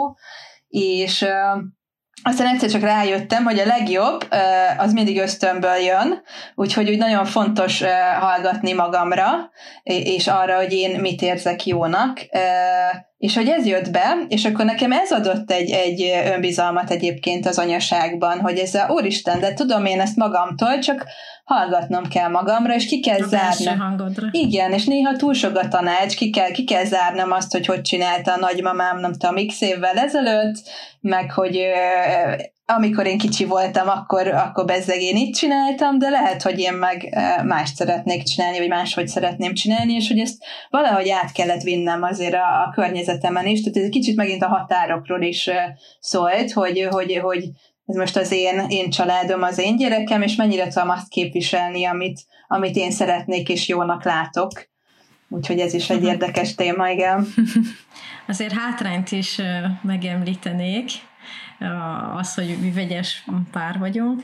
és uh, aztán egyszer csak rájöttem, hogy a legjobb uh, az mindig ösztönből jön, úgyhogy úgy nagyon fontos uh, hallgatni magamra, és arra, hogy én mit érzek jónak, uh, és hogy ez jött be, és akkor nekem ez adott egy, egy önbizalmat egyébként az anyaságban, hogy ez a úristen, de tudom én ezt magamtól, csak hallgatnom kell magamra, és ki kell zárnom. Igen, és néha túl sok a tanács, ki kell, ki kell zárnom azt, hogy hogy csinálta a nagymamám, nem tudom, x évvel ezelőtt, meg hogy amikor én kicsi voltam, akkor, akkor bezzeg én így csináltam, de lehet, hogy én meg mást szeretnék csinálni, vagy máshogy szeretném csinálni, és hogy ezt valahogy át kellett vinnem azért a, a környezetemen is, tehát ez egy kicsit megint a határokról is szólt, hogy, hogy, hogy ez most az én, én családom, az én gyerekem, és mennyire tudom azt képviselni, amit, amit én szeretnék, és jónak látok. Úgyhogy ez is egy uh-huh. érdekes téma, igen. Azért hátrányt is megemlítenék, az, hogy mi vegyes pár vagyunk.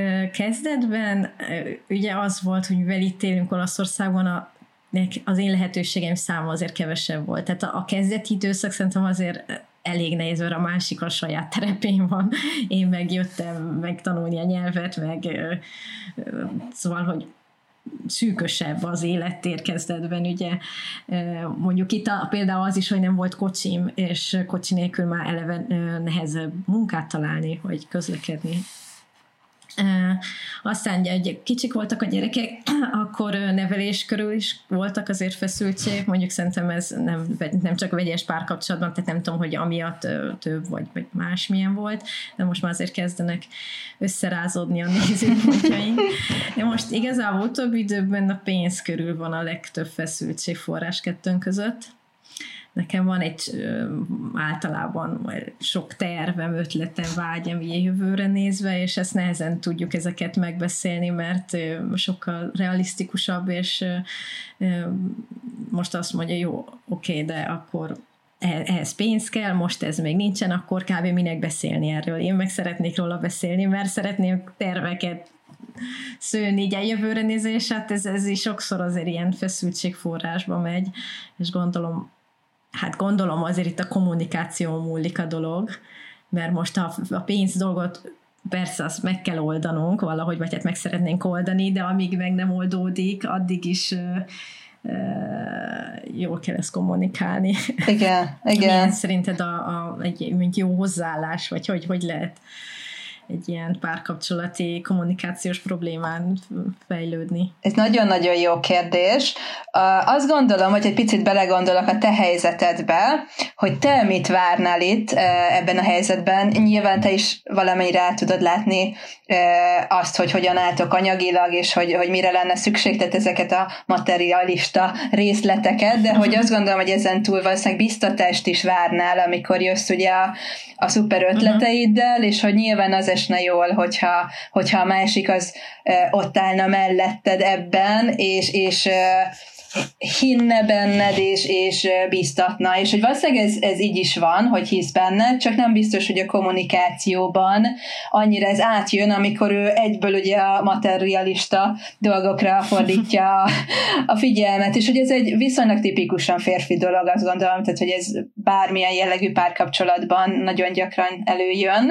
Kezdetben ugye az volt, hogy mivel itt élünk Olaszországban, a, az én lehetőségeim száma azért kevesebb volt. Tehát a, a kezdeti időszak szerintem azért elég nehéz, mert a másik a saját terepén van. Én megjöttem megtanulni a nyelvet, meg szóval, hogy szűkösebb az élettér kezdetben, ugye mondjuk itt a, például az is, hogy nem volt kocsim, és kocsi nélkül már eleve nehezebb munkát találni, vagy közlekedni. Aztán egy kicsik voltak a gyerekek, akkor nevelés körül is voltak azért feszültség, mondjuk szerintem ez nem, nem csak vegyes párkapcsolatban, tehát nem tudom, hogy amiatt több vagy, vagy másmilyen volt, de most már azért kezdenek összerázódni a nézőpontjaink. De most igazából utóbbi időben a pénz körül van a legtöbb feszültségforrás kettőnk között. Nekem van egy általában sok tervem, ötletem, vágyam ilyen jövőre nézve, és ezt nehezen tudjuk ezeket megbeszélni, mert sokkal realisztikusabb, és most azt mondja, jó, oké, de akkor ehhez pénz kell, most ez még nincsen, akkor kb. Minek beszélni erről. Én meg szeretnék róla beszélni, mert szeretném terveket szőni így a jövőre nézve, és hát ez, ez is sokszor azért ilyen feszültségforrásba megy, és gondolom, Hát gondolom azért itt a kommunikáció múlik a dolog, mert most a, a pénz dolgot persze azt meg kell oldanunk valahogy, vagy hát meg szeretnénk oldani, de amíg meg nem oldódik, addig is ö, ö, jól kell ezt kommunikálni. Igen, igen. Milyen szerinted a, a, egy mint jó hozzáállás, vagy hogy, hogy lehet egy ilyen párkapcsolati kommunikációs problémán fejlődni? Ez nagyon-nagyon jó kérdés. Azt gondolom, hogy egy picit belegondolok a te helyzetedbe, hogy te mit várnál itt ebben a helyzetben. Nyilván te is valamennyire át tudod látni azt, hogy hogyan álltok anyagilag, és hogy, hogy mire lenne szükség, tehát ezeket a materialista részleteket, de hogy azt gondolom, hogy ezen túl valószínűleg biztatást is várnál, amikor jössz ugye a, a szuper ötleteiddel, és hogy nyilván az esne jól, hogyha, hogyha a másik az ott állna melletted ebben, és, és hinne benned, és, és bíztatna, és hogy valószínűleg ez, ez így is van, hogy hisz benned, csak nem biztos, hogy a kommunikációban annyira ez átjön, amikor ő egyből ugye a materialista dolgokra fordítja a, a figyelmet, és hogy ez egy viszonylag tipikusan férfi dolog, azt gondolom, tehát hogy ez bármilyen jellegű párkapcsolatban nagyon gyakran előjön.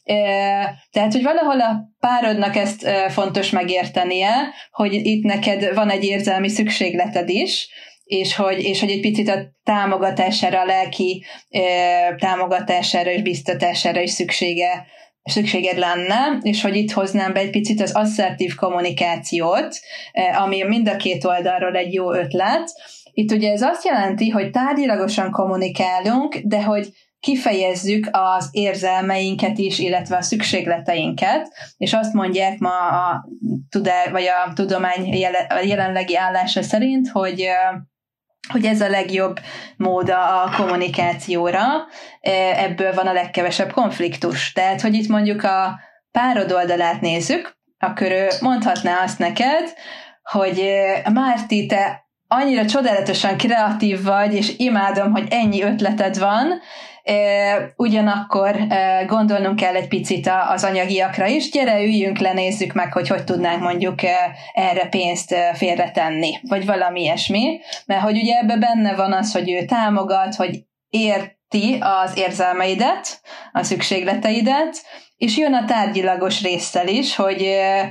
Tehát, hogy valahol a párodnak ezt fontos megértenie, hogy itt neked van egy érzelmi szükségleted is, és hogy, és hogy egy picit a támogatására, a lelki támogatására és biztatására is szüksége, szükséged lenne, és hogy itt hoznám be egy picit az asszertív kommunikációt, ami mind a két oldalról egy jó ötlet. Itt ugye ez azt jelenti, hogy tárgyilagosan kommunikálunk, de hogy kifejezzük az érzelmeinket is, illetve a szükségleteinket, és azt mondják ma a, tudá, vagy a tudomány jelen, jelenlegi állása szerint, hogy, hogy ez a legjobb mód a kommunikációra, ebből van a legkevesebb konfliktus. Tehát, hogy itt mondjuk a párod oldalát nézzük, akkor ő mondhatná azt neked, hogy Márti, te annyira csodálatosan kreatív vagy, és imádom, hogy ennyi ötleted van, ugyanakkor gondolnunk kell egy picit az anyagiakra is, gyere, üljünk le, nézzük meg, hogy hogy tudnánk mondjuk erre pénzt félretenni, vagy valami ilyesmi, mert hogy ugye ebbe benne van az, hogy ő támogat, hogy érti az érzelmeidet, a szükségleteidet, és jön a tárgyilagos résszel is, hogy e,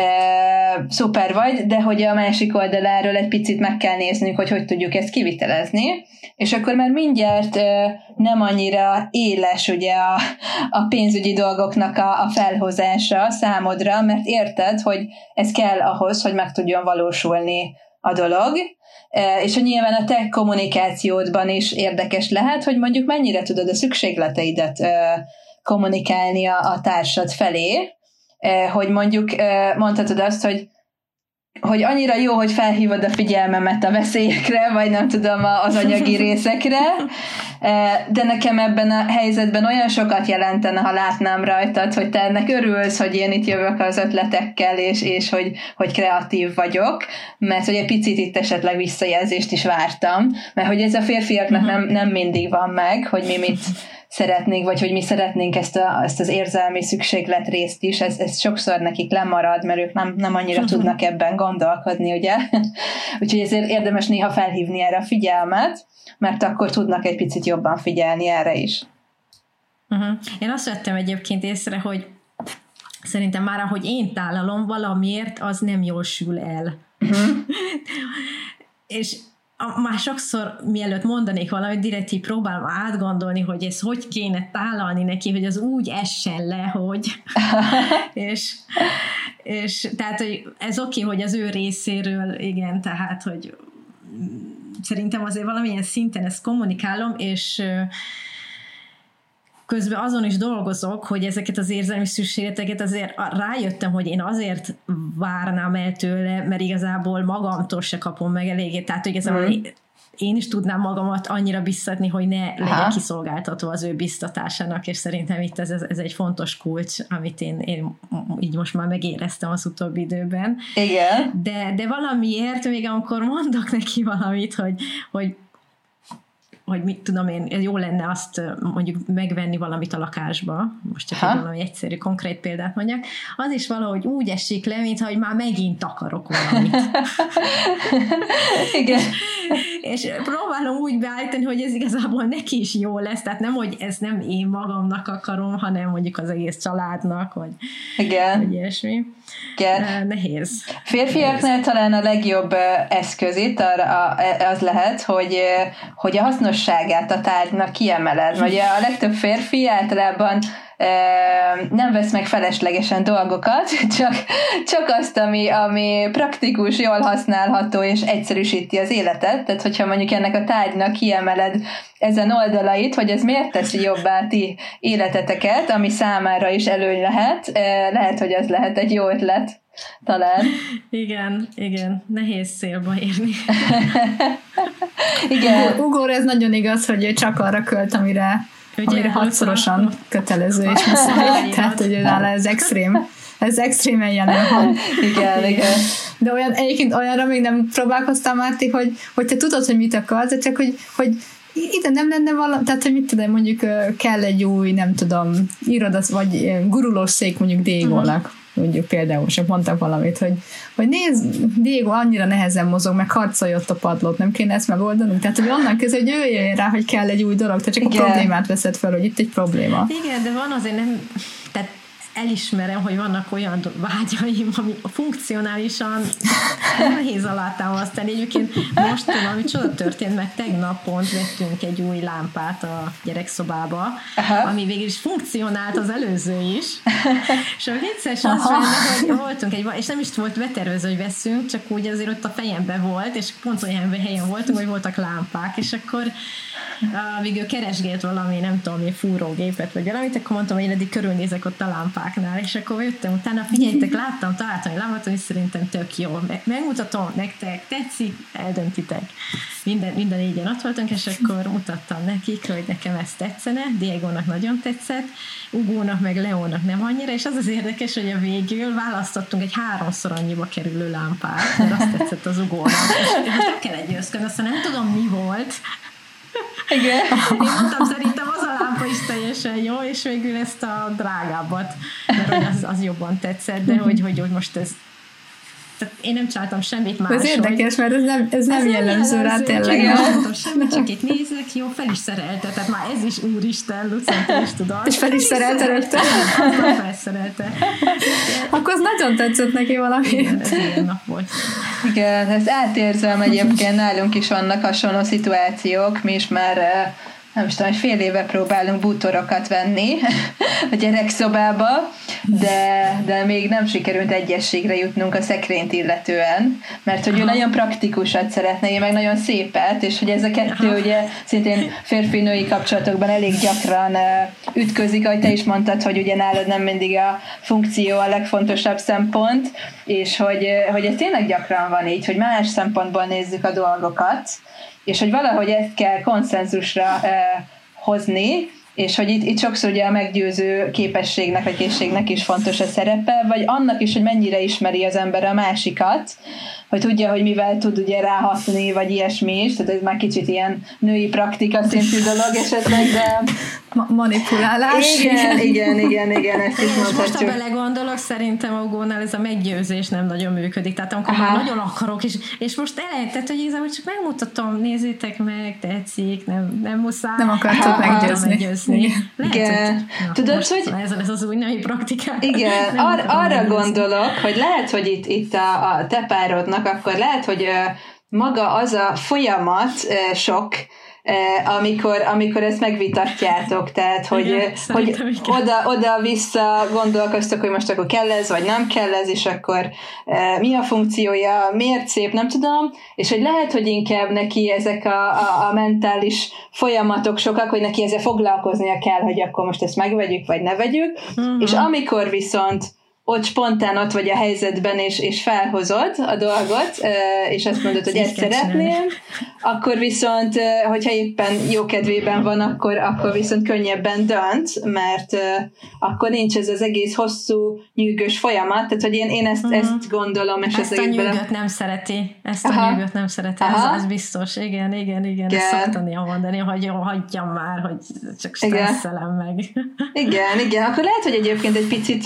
e, szuper vagy, de hogy a másik oldaláról egy picit meg kell néznünk, hogy hogy tudjuk ezt kivitelezni, és akkor már mindjárt e, nem annyira éles ugye a, a pénzügyi dolgoknak a, a felhozása számodra, mert érted, hogy ez kell ahhoz, hogy meg tudjon valósulni a dolog, e, és hogy nyilván a te kommunikációdban is érdekes lehet, hogy mondjuk mennyire tudod a szükségleteidet e, kommunikálni a, a társad felé, eh, hogy eh, mondhatod azt, hogy, hogy annyira jó, hogy felhívod a figyelmemet a veszélyekre, vagy nem tudom, az anyagi részekre, eh, de nekem ebben a helyzetben olyan sokat jelentene, ha látnám rajtad, hogy te ennek örülsz, hogy én itt jövök az ötletekkel, és, és hogy, hogy kreatív vagyok, mert hogy egy picit itt esetleg visszajelzést is vártam, mert hogy ez a férfiaknak nem, nem mindig van meg, hogy mi mit szeretnénk, vagy hogy mi szeretnénk ezt, a, ezt az érzelmi szükséglet részt is, ez, ez sokszor nekik lemarad, mert ők nem, nem annyira tudnak ebben gondolkodni, ugye? Úgyhogy ezért érdemes néha felhívni erre a figyelmet, mert akkor tudnak egy picit jobban figyelni erre is. Uh-huh. Én azt vettem egyébként észre, hogy szerintem már ahogy én tálalom, valamiért az nem jól sül el. Uh-huh. És már sokszor, mielőtt mondanék valamit, direkt így próbálom átgondolni, hogy ez hogy kéne tálalni neki, hogy az úgy essen le, hogy és, és tehát, hogy ez oké, hogy az ő részéről, igen, tehát, hogy szerintem azért valamilyen szinten ezt kommunikálom, és közben azon is dolgozok, hogy ezeket az érzelmi szükségleteket azért rájöttem, hogy én azért várnám el tőle, mert igazából magamtól se kapom meg eléggé. Tehát, hogy igazából mm. én is tudnám magamat annyira biztatni, hogy ne Aha. legyen kiszolgáltató az ő biztatásának, és szerintem itt ez, ez egy fontos kulcs, amit én, én így most már megéreztem az utóbbi időben. Igen. De, de valamiért, még amikor mondok neki valamit, hogy, hogy hogy mit tudom én, jó lenne azt mondjuk megvenni valamit a lakásba, most csak egy valami egyszerű, konkrét példát mondjak, az is valahogy úgy esik le, mintha hogy már megint akarok valamit. Igen. És próbálom úgy beállítani, hogy ez igazából neki is jó lesz, tehát nem, hogy ez nem én magamnak akarom, hanem mondjuk az egész családnak, vagy, Igen. vagy ilyesmi. Igen. Nehéz. Férfiaknál Nehéz. Talán a legjobb eszköz itt az lehet, hogy, hogy a hasznosságát a tárgynak kiemeled. Vagy a legtöbb férfi általában nem vesz meg feleslegesen dolgokat, csak, csak azt, ami, ami praktikus, jól használható és egyszerűsíti az életet. Tehát, hogyha mondjuk ennek a tárgynak kiemeled ezen oldalait, hogy ez miért teszi jobbá ti életeteket, ami számára is előny lehet, lehet, hogy ez lehet egy jó ötlet. Talán. Igen, igen. Nehéz célba érni. Igen. Ugóra ez nagyon igaz, hogy ő csak arra költ, amire, amire hatszorosan kötelező és muszáj. Tehát, hogy nála ez extrém. Ez extrémen jelen van. Igen, igen. De olyan, egyébként olyanra még nem próbálkoztam, Márti, hogy, hogy te tudod, hogy mit akarsz, de csak, hogy, hogy ide nem lenne valami, tehát, hogy mit tudom, mondjuk kell egy új, nem tudom, irodasz, vagy gurulós szék mondjuk Diegónak. Uh-huh. Mondjuk például, csak mondtak valamit, hogy, hogy nézd, Diego annyira nehezen mozog, meg harcolj ott a padlót, nem kéne ezt megoldanunk? Tehát, hogy onnan kezdve, hogy ő jöjjön rá, hogy kell egy új dolog, te csak igen. A problémát veszed fel, hogy itt egy probléma. Igen, de van azért nem, tehát elismerem, hogy vannak olyan vágyaim, ami funkcionálisan nehéz alátámasztani. Egyébként most valami csoda történt, mert tegnap pont vettünk egy új lámpát a gyerekszobába, aha. ami végül is funkcionált az előző is. És a vicces az benne, hogy voltunk egy, és nem is volt betervező, hogy veszünk, csak úgy azért ott a fejemben volt, és pont olyan helyen voltunk, hogy voltak lámpák, és akkor Uh, végül keresgélt valami, nem tudom, mi fúrógépet, vagy valamit, akkor mondtam, hogy én eddig körülnézek ott a lámpáknál, és akkor jöttem utána, figyeljetek, láttam, találtam egy lámpát, és szerintem tök jó. Megmutatom nektek, tetszik, eldöntitek. Minden, minden négyen ott voltunk, és akkor mutattam nekik, hogy nekem ez tetszene, Diegónak nagyon tetszett, Ugónak meg Leónak nem annyira, és az az érdekes, hogy a végül választottunk egy háromszor annyiba kerülő lámpát, mert azt tetszett az Ugónak. És nem kell egy győzködni, aztán nem tudom, mi volt. Igen. Én mondtam, szerintem az a lámpa is teljesen jó, és végül ezt a drágábbat, mert az, az jobban tetszett, de hogy, hogy, hogy most ez tehát én nem csináltam semmit más. Ez érdekes, mert ez nem, ez nem ez jellemző rá tényleg. Nem csináltam semmit, csak itt nézek, jó, fel is szerelte, tehát már ez is úristen, Lucen, te is tudod. És fel is szerelte rögtön? Aztán felszerelte. Akkor az nagyon tetszett neki valami. Igen, ez ilyen nap volt. Igen, ezt átérzem egyébként, nálunk is vannak hasonló szituációk, mi is már nem is tudom, hogy fél éve próbálunk bútorokat venni a gyerekszobába, de, de még nem sikerült egyességre jutnunk a szekrényt illetően, mert hogy ő nagyon praktikusat szeretne, én meg nagyon szépet, és hogy ez a kettő aha. ugye szintén férfi-női kapcsolatokban elég gyakran ütközik, ahogy te is mondtad, hogy ugye nálad nem mindig a funkció a legfontosabb szempont, és hogy, hogy ez tényleg gyakran van így, hogy más szempontból nézzük a dolgokat, és hogy valahogy ezt kell konszenzusra eh, hozni, és hogy itt, itt sokszor ugye a meggyőző képességnek vagy készségnek is fontos a szerepe, vagy annak is, hogy mennyire ismeri az ember a másikat, hogy tudja, hogy mivel tud ugye ráhatni, vagy ilyesmi is, tehát ez már kicsit ilyen női praktika szintű dolog esetleg, de... Ma- manipulálás. Igen, igen, igen, igen, ezt is mondhatjuk. Most, ha belegondolok, szerintem a Ugónál ez a meggyőzés nem nagyon működik, tehát amikor aha. már nagyon akarok, és, és most elejtett, hogy igazából csak megmutatom, nézzétek meg, tetszik, nem, nem muszáj. Nem akartok meggyőzni. meggyőzni. Lehet, igen. Hogy, na, tudod, hogy... Ez, ez az új női praktikák. Igen, Ar- arra meggyőzni. Gondolok, hogy lehet, hogy itt, itt a, a te párodnak akkor lehet, hogy uh, maga az a folyamat uh, sok, uh, amikor, amikor ezt megvitatjátok, tehát, hogy, igen, uh, hogy oda, oda-vissza gondolkoztok, hogy most akkor kell ez, vagy nem kell ez, és akkor uh, mi a funkciója, miért szép, nem tudom, és hogy lehet, hogy inkább neki ezek a, a, a mentális folyamatok sokak, hogy neki ezzel foglalkoznia kell, hogy akkor most ezt megvegyük, vagy ne vegyük, uh-huh. és amikor viszont ott spontán ott vagy a helyzetben, és, és felhozod a dolgot, és azt mondod, hogy ezt szeretném, akkor viszont, hogyha éppen jó kedvében van, akkor, akkor viszont könnyebben dönt, mert akkor nincs ez az egész hosszú, nyűgös folyamat, tehát hogy én, én ezt, uh-huh. ezt gondolom. És ezt a nyűgöt bele... nem szereti. Ezt aha. a nyűgöt nem szereti, ez, ez biztos. Igen, igen, igen. igen. Ezt szoktania mondani, hogy jó, hagyjam már, hogy csak stresszelem meg. Igen, igen. Akkor lehet, hogy egyébként egy picit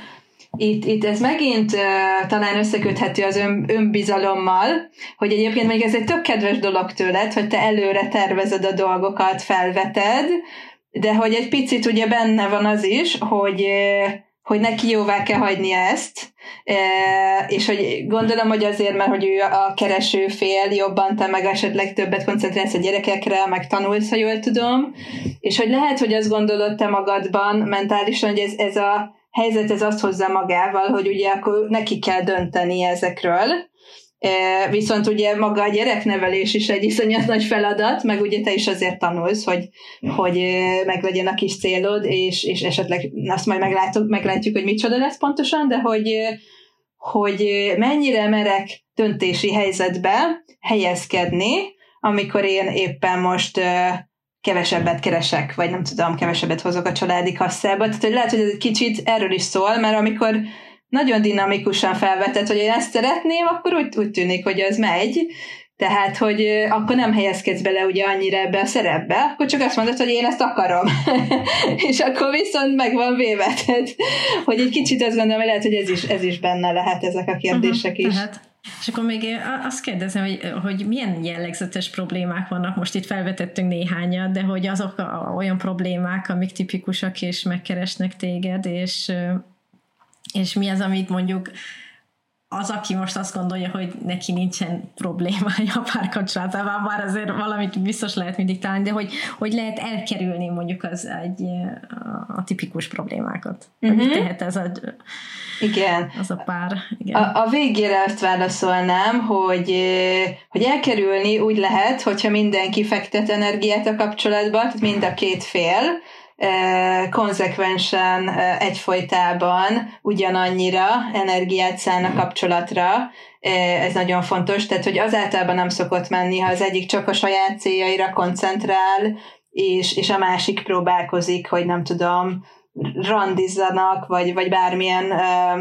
Itt, itt ez megint uh, talán összeköthető az ön, önbizalommal, hogy egyébként még ez egy tök kedves dolog tőled, hogy te előre tervezed a dolgokat, felveted, de hogy egy picit ugye benne van az is, hogy, hogy neki jóvá kell hagynia ezt, és hogy gondolom, hogy azért, mert hogy ő a kereső fél, jobban te meg esetleg többet koncentrálsz a gyerekekre, meg tanulsz, ha jól tudom, és hogy lehet, hogy azt gondolod te magadban mentálisan, hogy ez, ez a helyzet ez azt hozza magával, hogy ugye akkor neki kell dönteni ezekről, viszont ugye maga a gyereknevelés is egy iszonyat nagy feladat, meg ugye te is azért tanulsz, hogy, hogy meglegyen a kis célod, és, és esetleg azt majd meglátjuk, meglátjuk, hogy micsoda lesz pontosan, de hogy, hogy mennyire merek döntési helyzetbe helyezkedni, amikor én éppen most kevesebbet keresek, vagy nem tudom, kevesebbet hozok a családi kasszába. Tehát hogy lehet, hogy ez egy kicsit erről is szól, mert amikor nagyon dinamikusan felvetett, hogy én ezt szeretném, akkor úgy, úgy tűnik, hogy az megy, tehát, hogy akkor nem helyezkedsz bele ugye annyira ebbe a szerepbe, akkor csak azt mondod, hogy én ezt akarom. És akkor viszont meg van véve. Tehát, hogy egy kicsit azt gondolom, hogy lehet, hogy ez is, ez is benne lehet, ezek a kérdések uh-huh, is. Tehát. És akkor még azt kérdezem, hogy, hogy milyen jellegzetes problémák vannak, most itt felvetettünk néhányat, de hogy azok a, olyan problémák, amik tipikusak és megkeresnek téged, és és mi az, amit mondjuk az, aki most azt gondolja, hogy neki nincsen problémája a párkapcsolatában, bár azért valamit biztos lehet mindig találni, de hogy, hogy lehet elkerülni mondjuk az egy, a, a tipikus problémákat. Mm-hmm. Hogy tehet ez a, igen. az a pár. Igen. A, a végére azt válaszolnám, hogy, hogy elkerülni úgy lehet, hogyha mindenki fektet energiát a kapcsolatba, tehát mind a két fél, konzekvensen egyfolytában ugyanannyira energiát szán a kapcsolatra, ez nagyon fontos, tehát hogy az általában nem szokott menni, ha az egyik csak a saját céljaira koncentrál, és, és a másik próbálkozik, hogy nem tudom, randizzanak, vagy, vagy bármilyen ö,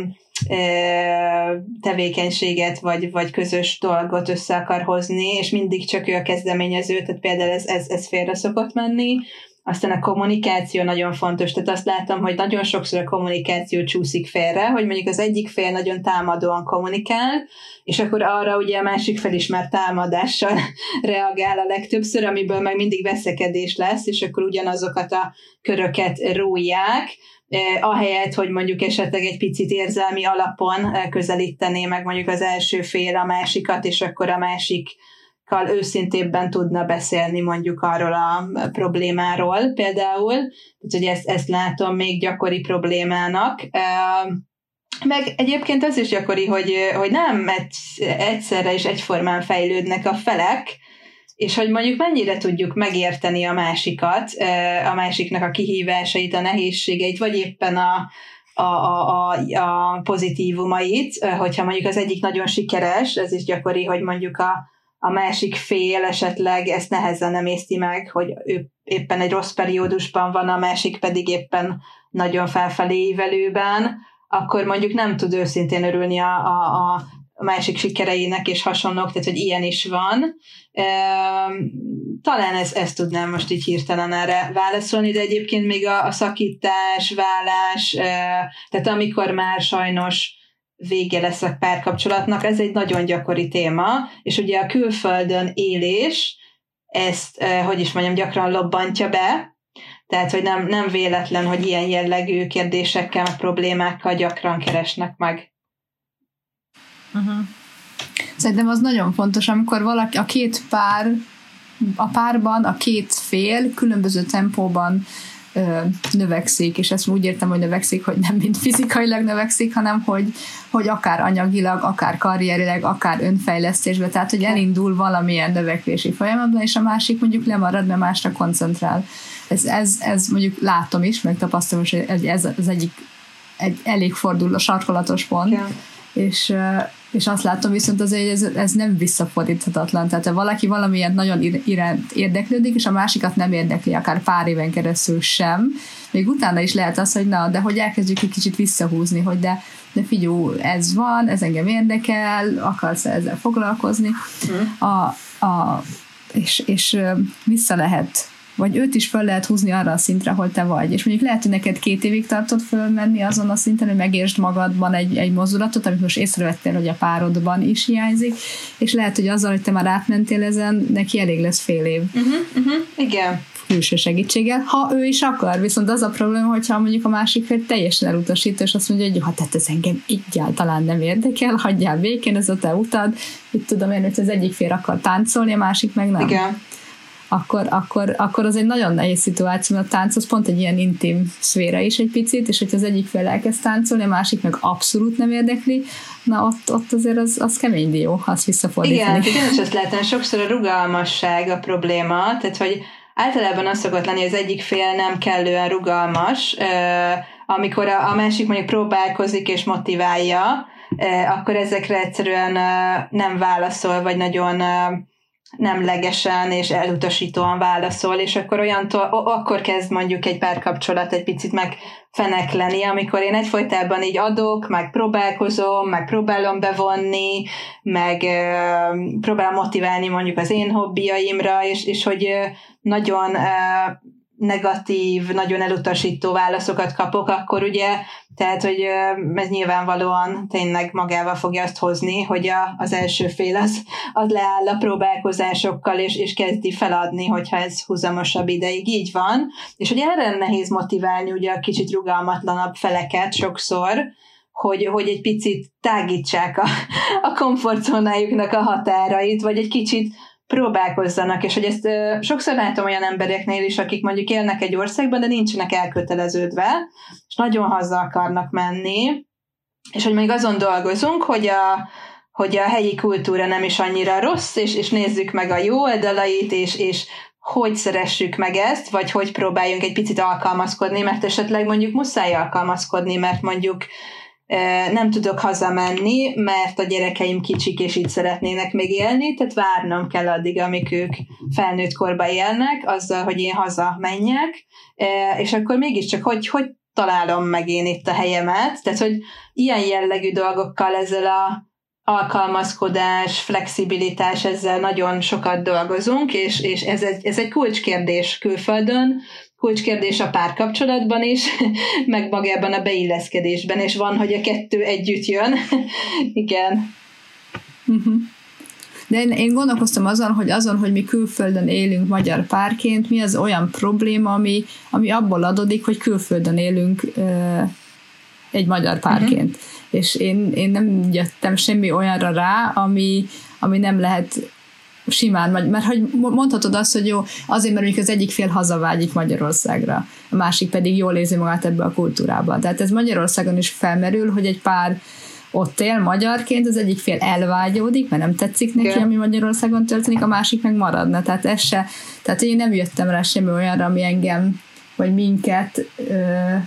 ö, tevékenységet, vagy, vagy közös dolgot össze akar hozni, és mindig csak ő a kezdeményező, tehát például ez, ez, ez félre szokott menni. Aztán a kommunikáció nagyon fontos, tehát azt látom, hogy nagyon sokszor a kommunikáció csúszik félre, hogy mondjuk az egyik fél nagyon támadóan kommunikál, és akkor arra ugye a másik fél is már támadással reagál a legtöbbször, amiből meg mindig veszekedés lesz, és akkor ugyanazokat a köröket róják, ahelyett, hogy mondjuk esetleg egy picit érzelmi alapon közelítené meg mondjuk az első fél a másikat, és akkor a másik őszintébben tudna beszélni mondjuk arról a problémáról például, tehát hogy ezt, ezt látom még gyakori problémának. Meg egyébként az is gyakori, hogy, hogy nem egyszerre és egyformán fejlődnek a felek, és hogy mondjuk mennyire tudjuk megérteni a másikat, a másiknak a kihívásait, a nehézségeit, vagy éppen a, a, a, a pozitívumait, hogyha mondjuk az egyik nagyon sikeres, ez is gyakori, hogy mondjuk a a másik fél esetleg ezt nehezen nem észti meg, hogy ő éppen egy rossz periódusban van, a másik pedig éppen nagyon felfelé ívelőben, akkor mondjuk nem tud őszintén örülni a, a, a másik sikereinek és hasonlók, tehát hogy ilyen is van. E, talán ezt, ezt tudnám most így hirtelen erre válaszolni, de egyébként még a, a szakítás, vállás, e, tehát amikor már sajnos vége lesz a párkapcsolatnak, ez egy nagyon gyakori téma, és ugye a külföldön élés ezt, eh, hogy is mondjam, gyakran lobbantja be, tehát, hogy nem, nem véletlen, hogy ilyen jellegű kérdésekkel, problémákkal gyakran keresnek meg. Uh-huh. Szerintem az nagyon fontos, amikor valaki, a két pár, a párban a két fél különböző tempóban növekszik, és ezt úgy értem, hogy növekszik, hogy nem mind fizikailag növekszik, hanem hogy, hogy akár anyagilag, akár karrierileg, akár önfejlesztésbe, tehát hogy elindul valamilyen növekvési folyamatban, és a másik mondjuk lemarad, mert másra koncentrál. Ez, ez, ez mondjuk látom is, meg tapasztalom is, hogy ez az egyik egy elég forduló, sarkolatos pont, yeah. és és azt látom viszont azért, hogy ez, ez nem visszafordíthatatlan. Tehát ha valaki valamilyen nagyon iránt érdeklődik, és a másikat nem érdekli, akár pár éven keresztül sem, még utána is lehet az, hogy na, de hogy elkezdjük egy kicsit visszahúzni, hogy de, de figyú, ez van, ez engem érdekel, akarsz ezzel foglalkozni, mm. a, a, és, és vissza lehet, vagy őt is föl lehet húzni arra a szintre, ahol te vagy. És mondjuk lehet, hogy neked két évig tartott fölmenni azon a szinten, hogy megértsd magadban egy, egy mozdulatot, amit most észrevettél, hogy a párodban is hiányzik, és lehet, hogy azzal, hogy te már átmentél ezen, neki elég lesz fél év. Uh-huh, uh-huh, igen. külső segítséggel, ha ő is akar. Viszont az a probléma, hogyha mondjuk a másik fél teljesen elutasít, és azt mondja, hogy hát, hát ez engem egyáltalán nem érdekel, hagyjál békén, ez a te utad. Itt tudom én, hogy az egyik fél akar táncolni, a másik meg nem. Igen. Akkor, akkor, akkor az egy nagyon nehéz szituáció, mert a tánc az pont egy ilyen intim szféra is egy picit, és hogyha az egyik fél elkezd táncolni, a másik meg abszolút nem érdekli, na ott, ott azért az, az kemény dió, azt visszafordítani. Igen, igen, és azt látom, sokszor a rugalmasság a probléma, tehát hogy általában az szokott lenni, hogy az egyik fél nem kellően rugalmas, amikor a, a másik mondjuk próbálkozik és motiválja, akkor ezekre egyszerűen nem válaszol, vagy nagyon nemlegesen és elutasítóan válaszol, és akkor olyantól, akkor kezd mondjuk egy párkapcsolat egy picit megfenekleni, amikor én egyfolytában így adok, meg próbálkozom, meg próbálom bevonni, meg uh, próbálom motiválni mondjuk az én hobbiaimra, és, és hogy uh, nagyon uh, negatív, nagyon elutasító válaszokat kapok, akkor ugye, tehát, hogy ez nyilvánvalóan tényleg magával fogja azt hozni, hogy a, az első fél az, az leáll a próbálkozásokkal, és, és kezdi feladni, hogyha ez húzamosabb ideig így van, és hogy erre nehéz motiválni ugye a kicsit rugalmatlanabb feleket sokszor, hogy, hogy egy picit tágítsák a, a komfortzónájuknak a határait, vagy egy kicsit próbálkozzanak, és hogy ezt ö, sokszor látom olyan embereknél is, akik mondjuk élnek egy országban, de nincsenek elköteleződve, és nagyon haza akarnak menni, és hogy még azon dolgozunk, hogy a, hogy a helyi kultúra nem is annyira rossz, és, és nézzük meg a jó oldalait, és, és hogy szeressük meg ezt, vagy hogy próbáljunk egy picit alkalmazkodni, mert esetleg mondjuk muszáj alkalmazkodni, mert mondjuk nem tudok hazamenni, mert a gyerekeim kicsik, és így szeretnének még élni, tehát várnom kell addig, amíg ők felnőtt korba élnek, azzal, hogy én haza menjek, és akkor mégiscsak hogy, hogy találom meg én itt a helyemet, tehát hogy ilyen jellegű dolgokkal ezzel a alkalmazkodás, flexibilitás, ezzel nagyon sokat dolgozunk, és, és ez, egy, ez egy kulcskérdés külföldön, kulcskérdés a párkapcsolatban is, meg magában a beilleszkedésben, és van, hogy a kettő együtt jön. Igen. Uh-huh. De én, én gondolkoztam azon, hogy azon, hogy mi külföldön élünk magyar párként, mi az olyan probléma, ami, ami abból adódik, hogy külföldön élünk uh, egy magyar párként. Uh-huh. És én, én nem jöttem semmi olyanra rá, ami, ami nem lehet simán, mert hogy mondhatod azt, hogy jó, azért, mert mondjuk az egyik fél hazavágyik Magyarországra, a másik pedig jól érzi magát ebbe a kultúrába. Tehát ez Magyarországon is felmerül, hogy egy pár ott él magyarként, az egyik fél elvágyódik, mert nem tetszik neki, ami Magyarországon történik, a másik meg maradna. Tehát ez se, tehát én nem jöttem rá semmi olyanra, ami engem, vagy minket ö,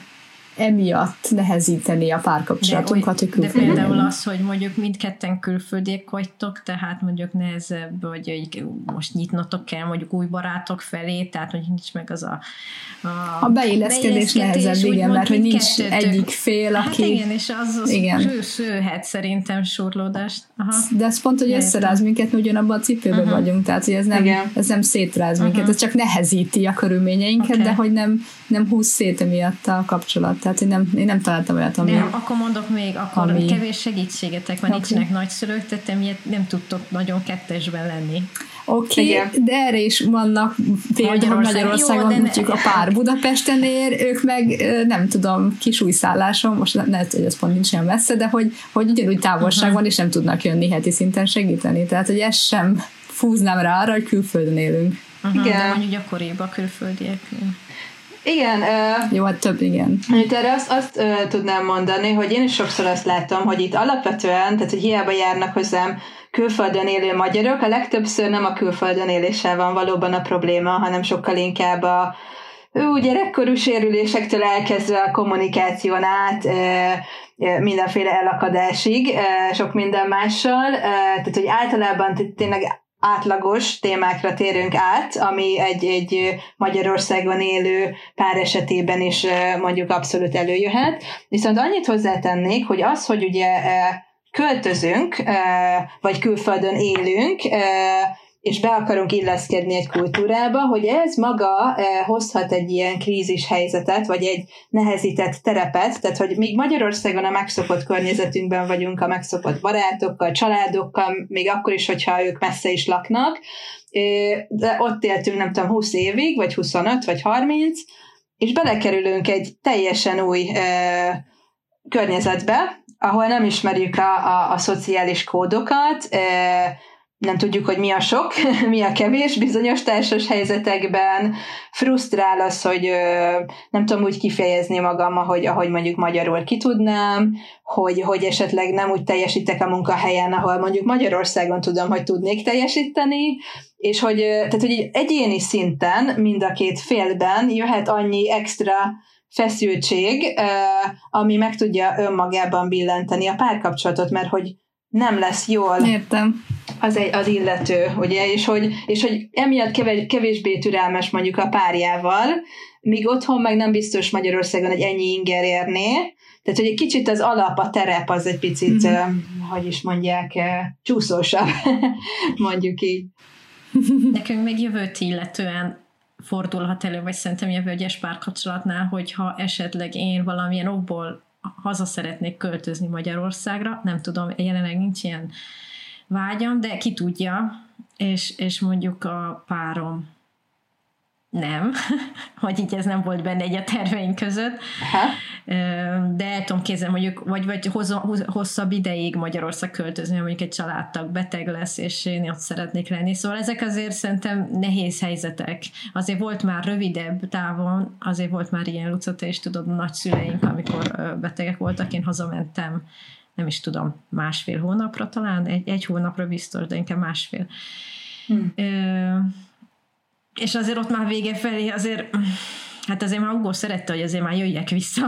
emiatt nehezíteni a párkapcsolatunkat. De, de például az, hogy mondjuk mindketten külföldiek vagytok, tehát mondjuk nehezebb, hogy, hogy most nyitnotok kell mondjuk új barátok felé, tehát hogy nincs meg az a a, a beilleszkedés nehezebb, igen, mert hogy nincs egyik fél, aki... Hát igen, és az, az igen. szőhet szerintem surlódást. Aha. De ez pont, hogy összeráz minket, mi ugyanabban a cipőben uh-huh. vagyunk, tehát hogy ez nem, ez nem szétráz minket, uh-huh. ez csak nehezíti a körülményeinket, okay. de hogy nem, nem húz szét emiatt a kapcsolat. Tehát én nem, én nem találtam olyat, ami... Nem, akkor mondok még, akkor ami... kevés segítségetek van, okay. nincsenek nagyszülők, tehát emiatt nem tudtok nagyon kettesben lenni. Oké, okay, de erre is vannak például Magyarországon, mondjuk a pár Budapesten ér, ők meg nem tudom, kis újszálláson, most lehet, hogy ez pont nincs olyan messze, de hogy, hogy ugyanúgy távolság van, uh-huh. és nem tudnak jönni heti szinten segíteni. Tehát, hogy ezt sem fúznám rá arra, hogy külföldön élünk. Uh-huh, igen. De mondjuk gyakoribb a külföldiek. Igen. Uh, Jó, hát több, igen. Erre azt, azt uh, tudnám mondani, hogy én is sokszor azt látom, hogy itt alapvetően, tehát hogy hiába járnak hozzám külföldön élő magyarok, a legtöbbször nem a külföldön éléssel van valóban a probléma, hanem sokkal inkább a ú, gyerekkorú sérülésektől elkezdve a kommunikáción át, e, e, mindenféle elakadásig, e, sok minden mással, e, tehát hogy általában tényleg átlagos témákra térünk át, ami egy, egy Magyarországon élő pár esetében is mondjuk abszolút előjöhet. Viszont annyit hozzátennék, hogy az, hogy ugye költözünk, vagy külföldön élünk, és be akarunk illeszkedni egy kultúrába, hogy ez maga eh, hozhat egy ilyen krízis helyzetet, vagy egy nehezített terepet, tehát hogy még Magyarországon a megszokott környezetünkben vagyunk, a megszokott barátokkal, családokkal, még akkor is, hogyha ők messze is laknak, eh, de ott éltünk nem tudom húsz évig, vagy huszonöt, vagy harminc, és belekerülünk egy teljesen új eh, környezetbe, ahol nem ismerjük a, a, a szociális kódokat, eh, nem tudjuk, hogy mi a sok, mi a kevés bizonyos társas helyzetekben, frusztrál az, hogy nem tudom úgy kifejezni magam, ahogy, ahogy mondjuk magyarul ki tudnám, hogy, hogy esetleg nem úgy teljesítek a munkahelyen, ahol mondjuk Magyarországon tudom, hogy tudnék teljesíteni, és hogy, tehát, hogy egyéni szinten mind a két félben jöhet annyi extra feszültség, ami meg tudja önmagában billenteni a párkapcsolatot, mert hogy nem lesz jól Értem. Az, egy, az illető, ugye, és hogy, és hogy emiatt kevés, kevésbé türelmes mondjuk a párjával, míg otthon meg nem biztos Magyarországon egy ennyi inger érné, tehát hogy egy kicsit az alap, a terep az egy picit, mm-hmm. uh, hogy is mondják, uh, csúszósabb, mondjuk így. Nekünk még jövőt illetően fordulhat elő, vagy szerintem jövő egyes párkapcsolatnál, hogyha esetleg én valamilyen okból haza szeretnék költözni Magyarországra, nem tudom, jelenleg nincs ilyen vágyam, de ki tudja, és, és mondjuk a párom nem, hogy így ez nem volt benne egy a terveink között, aha. De el tudom képzelni, mondjuk, vagy, vagy hosszabb ideig Magyarország költözni, mondjuk egy családtag beteg lesz, és én ott szeretnék lenni. Szóval ezek azért szerintem nehéz helyzetek. Azért volt már rövidebb távon, azért volt már ilyen, Luca, te is tudod, nagyszüleink, amikor betegek voltak, én hazamentem, nem is tudom, másfél hónapra talán, egy, egy hónapra biztos, de inkább másfél. Hmm. Ö, és azért ott már vége felé azért, hát azért már Hugo szerette, hogy azért már jöjjek vissza,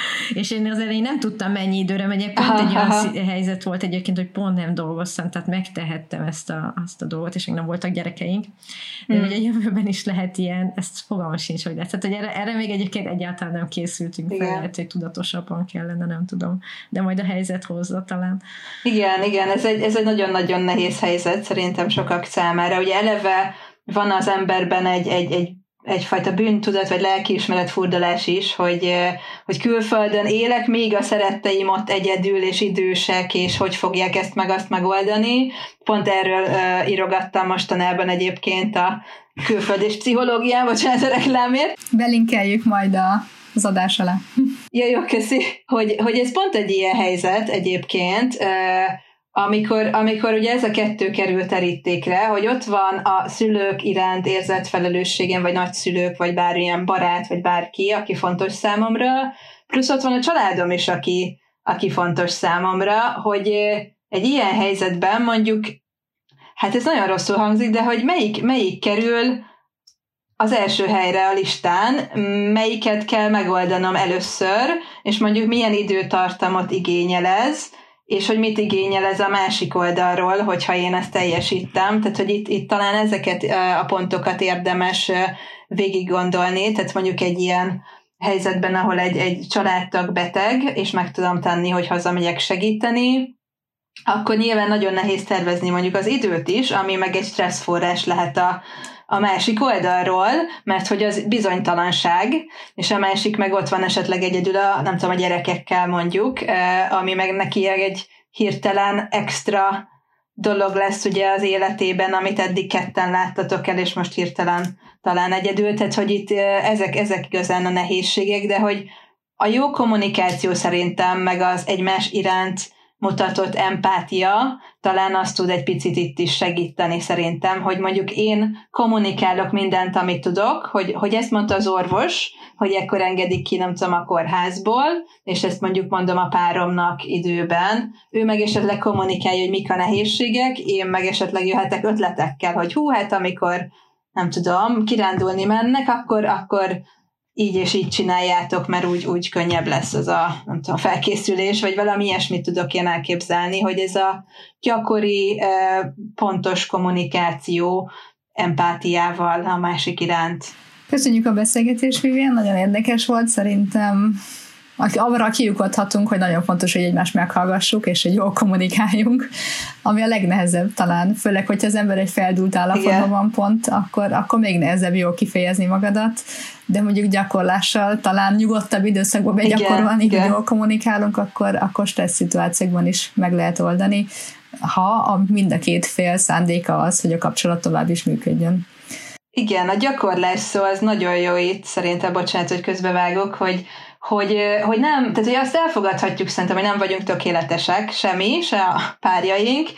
és én azért én nem tudtam mennyi időre megyek, pont aha, egy olyan aha. helyzet volt egyébként, hogy pont nem dolgoztam, tehát megtehettem ezt a, azt a dolgot, és még nem voltak gyerekeink, de hmm. ugye a jövőben is lehet ilyen, ezt fogalmam sincs, hogy lesz. Tehát, hogy erre, erre még egyébként egyáltalán nem készültünk fel, lehet, hogy tudatosabban kellene, nem tudom, de majd a helyzet hozza talán. Igen, igen, ez egy, ez egy nagyon-nagyon nehéz helyzet szerintem sokak számára, ugye eleve van az emberben egy, egy, egy, egyfajta bűntudat, vagy lelkiismeret furdalás is, hogy, hogy külföldön élek, még a szeretteim ott egyedül és idősek, és hogy fogják ezt meg azt megoldani. Pont erről uh, írogattam mostanában egyébként a külföldés pszichológián, bocsánat a reklámért. Belinkeljük majd a, az adás alá. Ja, jó, köszi. Hogy, hogy ez pont egy ilyen helyzet egyébként, uh, Amikor, amikor ugye ez a kettő kerül terítékre, hogy ott van a szülők iránt érzett felelősségem, vagy nagyszülők, vagy bármilyen barát, vagy bárki, aki fontos számomra, plusz ott van a családom is, aki, aki fontos számomra, hogy egy ilyen helyzetben mondjuk, hát ez nagyon rosszul hangzik, de hogy melyik, melyik kerül az első helyre a listán, melyiket kell megoldanom először, és mondjuk milyen időtartamot igényel ez, és hogy mit igényel ez a másik oldalról, hogyha én ezt teljesítem. Tehát, hogy itt, itt talán ezeket a pontokat érdemes végig gondolni, tehát mondjuk egy ilyen helyzetben, ahol egy, egy családtag beteg, és meg tudom tenni, hogy hazamegyek segíteni, akkor nyilván nagyon nehéz tervezni mondjuk az időt is, ami meg egy stresszforrás lehet a, a másik oldalról, mert hogy az bizonytalanság, és a másik meg ott van esetleg egyedül a, nem tudom, a gyerekekkel mondjuk, ami meg neki egy hirtelen extra dolog lesz ugye az életében, amit eddig ketten láttatok el, és most hirtelen talán egyedül, tehát hogy itt ezek, ezek igazán a nehézségek, de hogy a jó kommunikáció szerintem, meg az egymás iránt mutatott empátia talán azt tud egy picit itt is segíteni szerintem, hogy mondjuk én kommunikálok mindent, amit tudok, hogy, hogy ezt mondta az orvos, hogy ekkor engedik ki, nem tudom, a kórházból, és ezt mondjuk mondom a páromnak időben, ő meg esetleg kommunikálja, hogy mik a nehézségek, én meg esetleg jöhetek ötletekkel, hogy hú, hát amikor, nem tudom, kirándulni mennek, akkor, akkor így és így csináljátok, mert úgy, úgy könnyebb lesz az a, nem tudom, felkészülés, vagy valami ilyesmit tudok én elképzelni, hogy ez a gyakori, pontos kommunikáció empátiával a másik iránt. Köszönjük a beszélgetést, Vivien, nagyon érdekes volt, szerintem arra kiukadhatunk, hogy nagyon fontos, hogy egymást meghallgassuk, és hogy jól kommunikáljunk, ami a legnehezebb talán, főleg, hogyha az ember egy feldúlt állapotban van pont, akkor, akkor még nehezebb jól kifejezni magadat, de mondjuk gyakorlással talán nyugodtabb időszakban begyakorolni, hogy jól kommunikálunk, akkor, akkor stressz szituációkban is meg lehet oldani, ha a mind a két fél szándéka az, hogy a kapcsolat tovább is működjön. Igen, a gyakorlás szó az nagyon jó itt, szerintem, bocsánat, hogy közbevágok, hogy, hogy, hogy nem, tehát hogy azt elfogadhatjuk szerintem, hogy nem vagyunk tökéletesek, semmi, se a párjaink,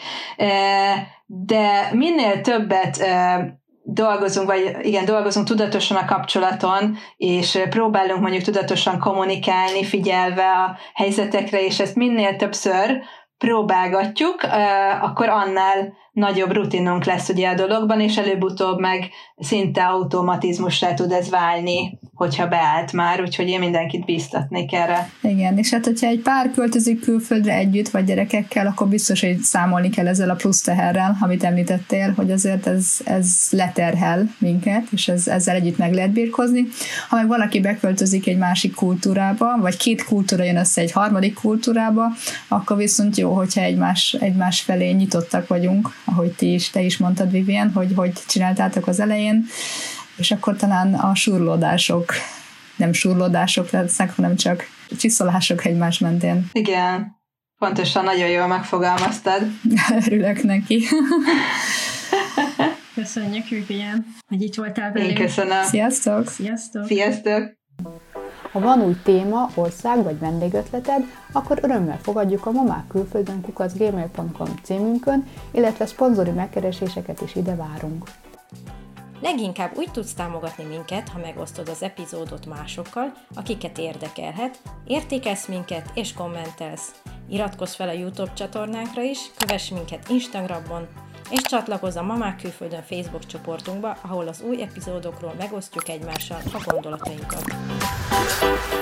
de minél többet dolgozunk, vagy igen, dolgozunk tudatosan a kapcsolaton, és próbálunk mondjuk tudatosan kommunikálni, figyelve a helyzetekre, és ezt minél többször próbálgatjuk, akkor annál nagyobb rutinunk lesz ugye a dologban, és előbb-utóbb meg szinte automatizmussá tud ez válni, hogyha beállt már, úgyhogy én mindenkit bíztatnék erre. Igen, és hát hogyha egy pár költözik külföldre együtt, vagy gyerekekkel, akkor biztos, hogy számolni kell ezzel a plusz teherrel, amit említettél, hogy azért ez, ez leterhel minket, és ez, ezzel együtt meg lehet birkózni. Ha meg valaki beköltözik egy másik kultúrába, vagy két kultúra jön össze egy harmadik kultúrába, akkor viszont jó, hogyha egymás, egymás felé nyitottak vagyunk, ahogy ti is, te is mondtad, Vivien, hogy hogy csináltátok az elején, és akkor talán a surlódások nem surlódások lesznek, hanem csak csiszolások egymás mentén. Igen, pontosan, nagyon jól megfogalmaztad. Örülök neki. Köszönjük, Vivien, hogy itt voltál velünk. Én köszönöm. Sziasztok! Sziasztok! Sziasztok! Ha van új téma, ország vagy vendégötleted, akkor örömmel fogadjuk a mamák külföldön kukac gmail pont com címünkön, illetve szponzori megkereséseket is ide várunk. Leginkább úgy tudsz támogatni minket, ha megosztod az epizódot másokkal, akiket érdekelhet, értékelsz minket és kommentelsz. Iratkozz fel a YouTube csatornánkra is, kövess minket Instagramon, és csatlakozz a Mamák Külföldön Facebook csoportunkba, ahol az új epizódokról megosztjuk egymással a gondolatainkat.